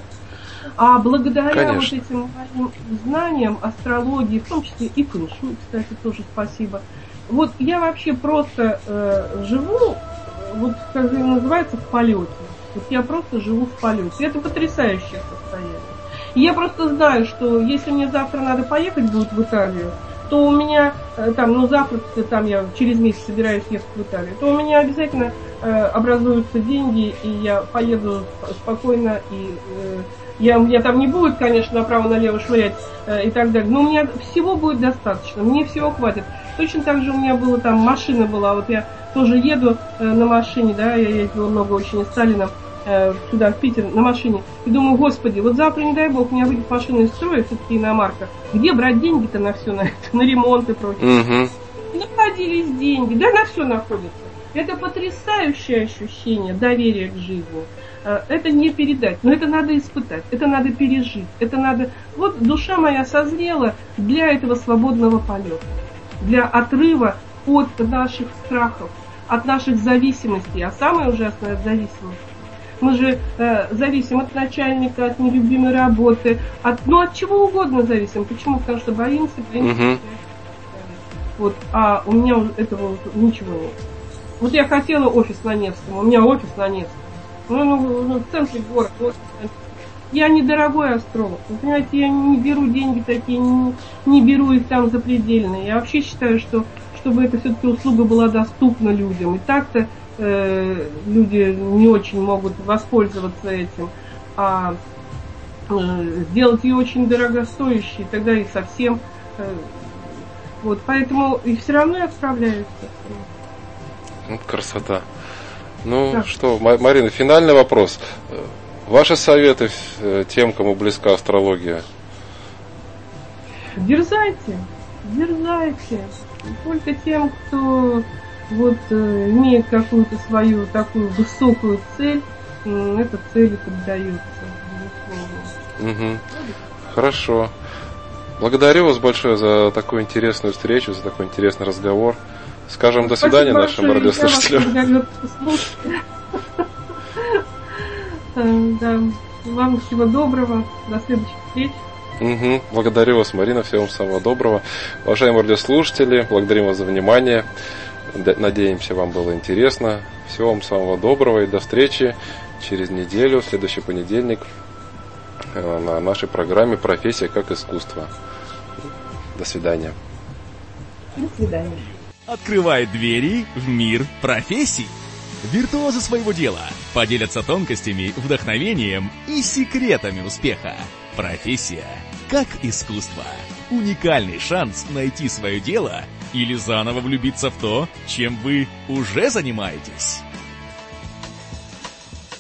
А благодаря Конечно. вот этим моим знаниям астрологии, в том числе и фэншуй, кстати, тоже спасибо. Вот я вообще просто э, живу, вот как это называется, в полете. Вот я просто живу в полете. Это потрясающее состояние. И я просто знаю, что если мне завтра надо поехать будет в Италию, то у меня э, там, ну завтра там я через месяц собираюсь ехать в Италию, то у меня обязательно э, образуются деньги, и я поеду спокойно, и э, я, у меня там не будет, конечно, направо-налево швырять э, и так далее, но у меня всего будет достаточно, мне всего хватит. Точно так же у меня было там, машина была, вот я тоже еду э, на машине, да, я ездила много очень из Сталина, э, сюда, в Питер, на машине, и думаю, господи, вот завтра, не дай бог, у меня выйдет машина из строя, все-таки иномарка, где брать деньги-то на все, на это, на ремонт и прочее. Угу. Находились деньги, да, на все находится. Это потрясающее ощущение доверия к жизни. Это не передать, но это надо испытать, это надо пережить, это надо... Вот душа моя созрела для этого свободного полета, для отрыва от наших страхов, от наших зависимостей, а самое ужасное от зависимости. Мы же э, зависим от начальника, от нелюбимой работы, от, ну от чего угодно зависим. Почему? Потому что боимся, боимся. Угу. Вот, а у меня этого ничего нет. Вот я хотела офис на Невском, у меня офис на Невском. Ну, ну, ну, в центре города. Я недорогой астролог. Вы понимаете, я не беру деньги такие, не, не беру их там запредельные. Я вообще считаю, что чтобы эта все-таки услуга была доступна людям. И так-то э, люди не очень могут воспользоваться этим. А э, сделать ее очень дорогостоящей, тогда и совсем... Э, вот, поэтому и все равно я справляюсь. Вот красота. Ну Да. что, Марина, финальный вопрос. Ваши советы тем, кому близка астрология? Дерзайте, дерзайте. Только тем, кто вот э, имеет какую-то свою такую высокую цель, э, эта цель и поддается. Угу. Хорошо. Благодарю вас большое за такую интересную встречу, за такой интересный разговор. Скажем до свидания нашим радиослушателям. Да, вам всего доброго, до следующих встреч. Угу. Благодарю вас, Марина, всего вам самого доброго. Уважаемые радиослушатели, благодарим вас за внимание. Надеемся, вам было интересно. Всего вам самого доброго и до встречи через неделю, в следующий понедельник, на нашей программе «Профессия как искусство». До свидания. До свидания. Открывает двери в мир профессий. Виртуозы своего дела поделятся тонкостями, вдохновением и секретами успеха. Профессия как искусство. Уникальный шанс найти свое дело или заново влюбиться в то, чем вы уже занимаетесь.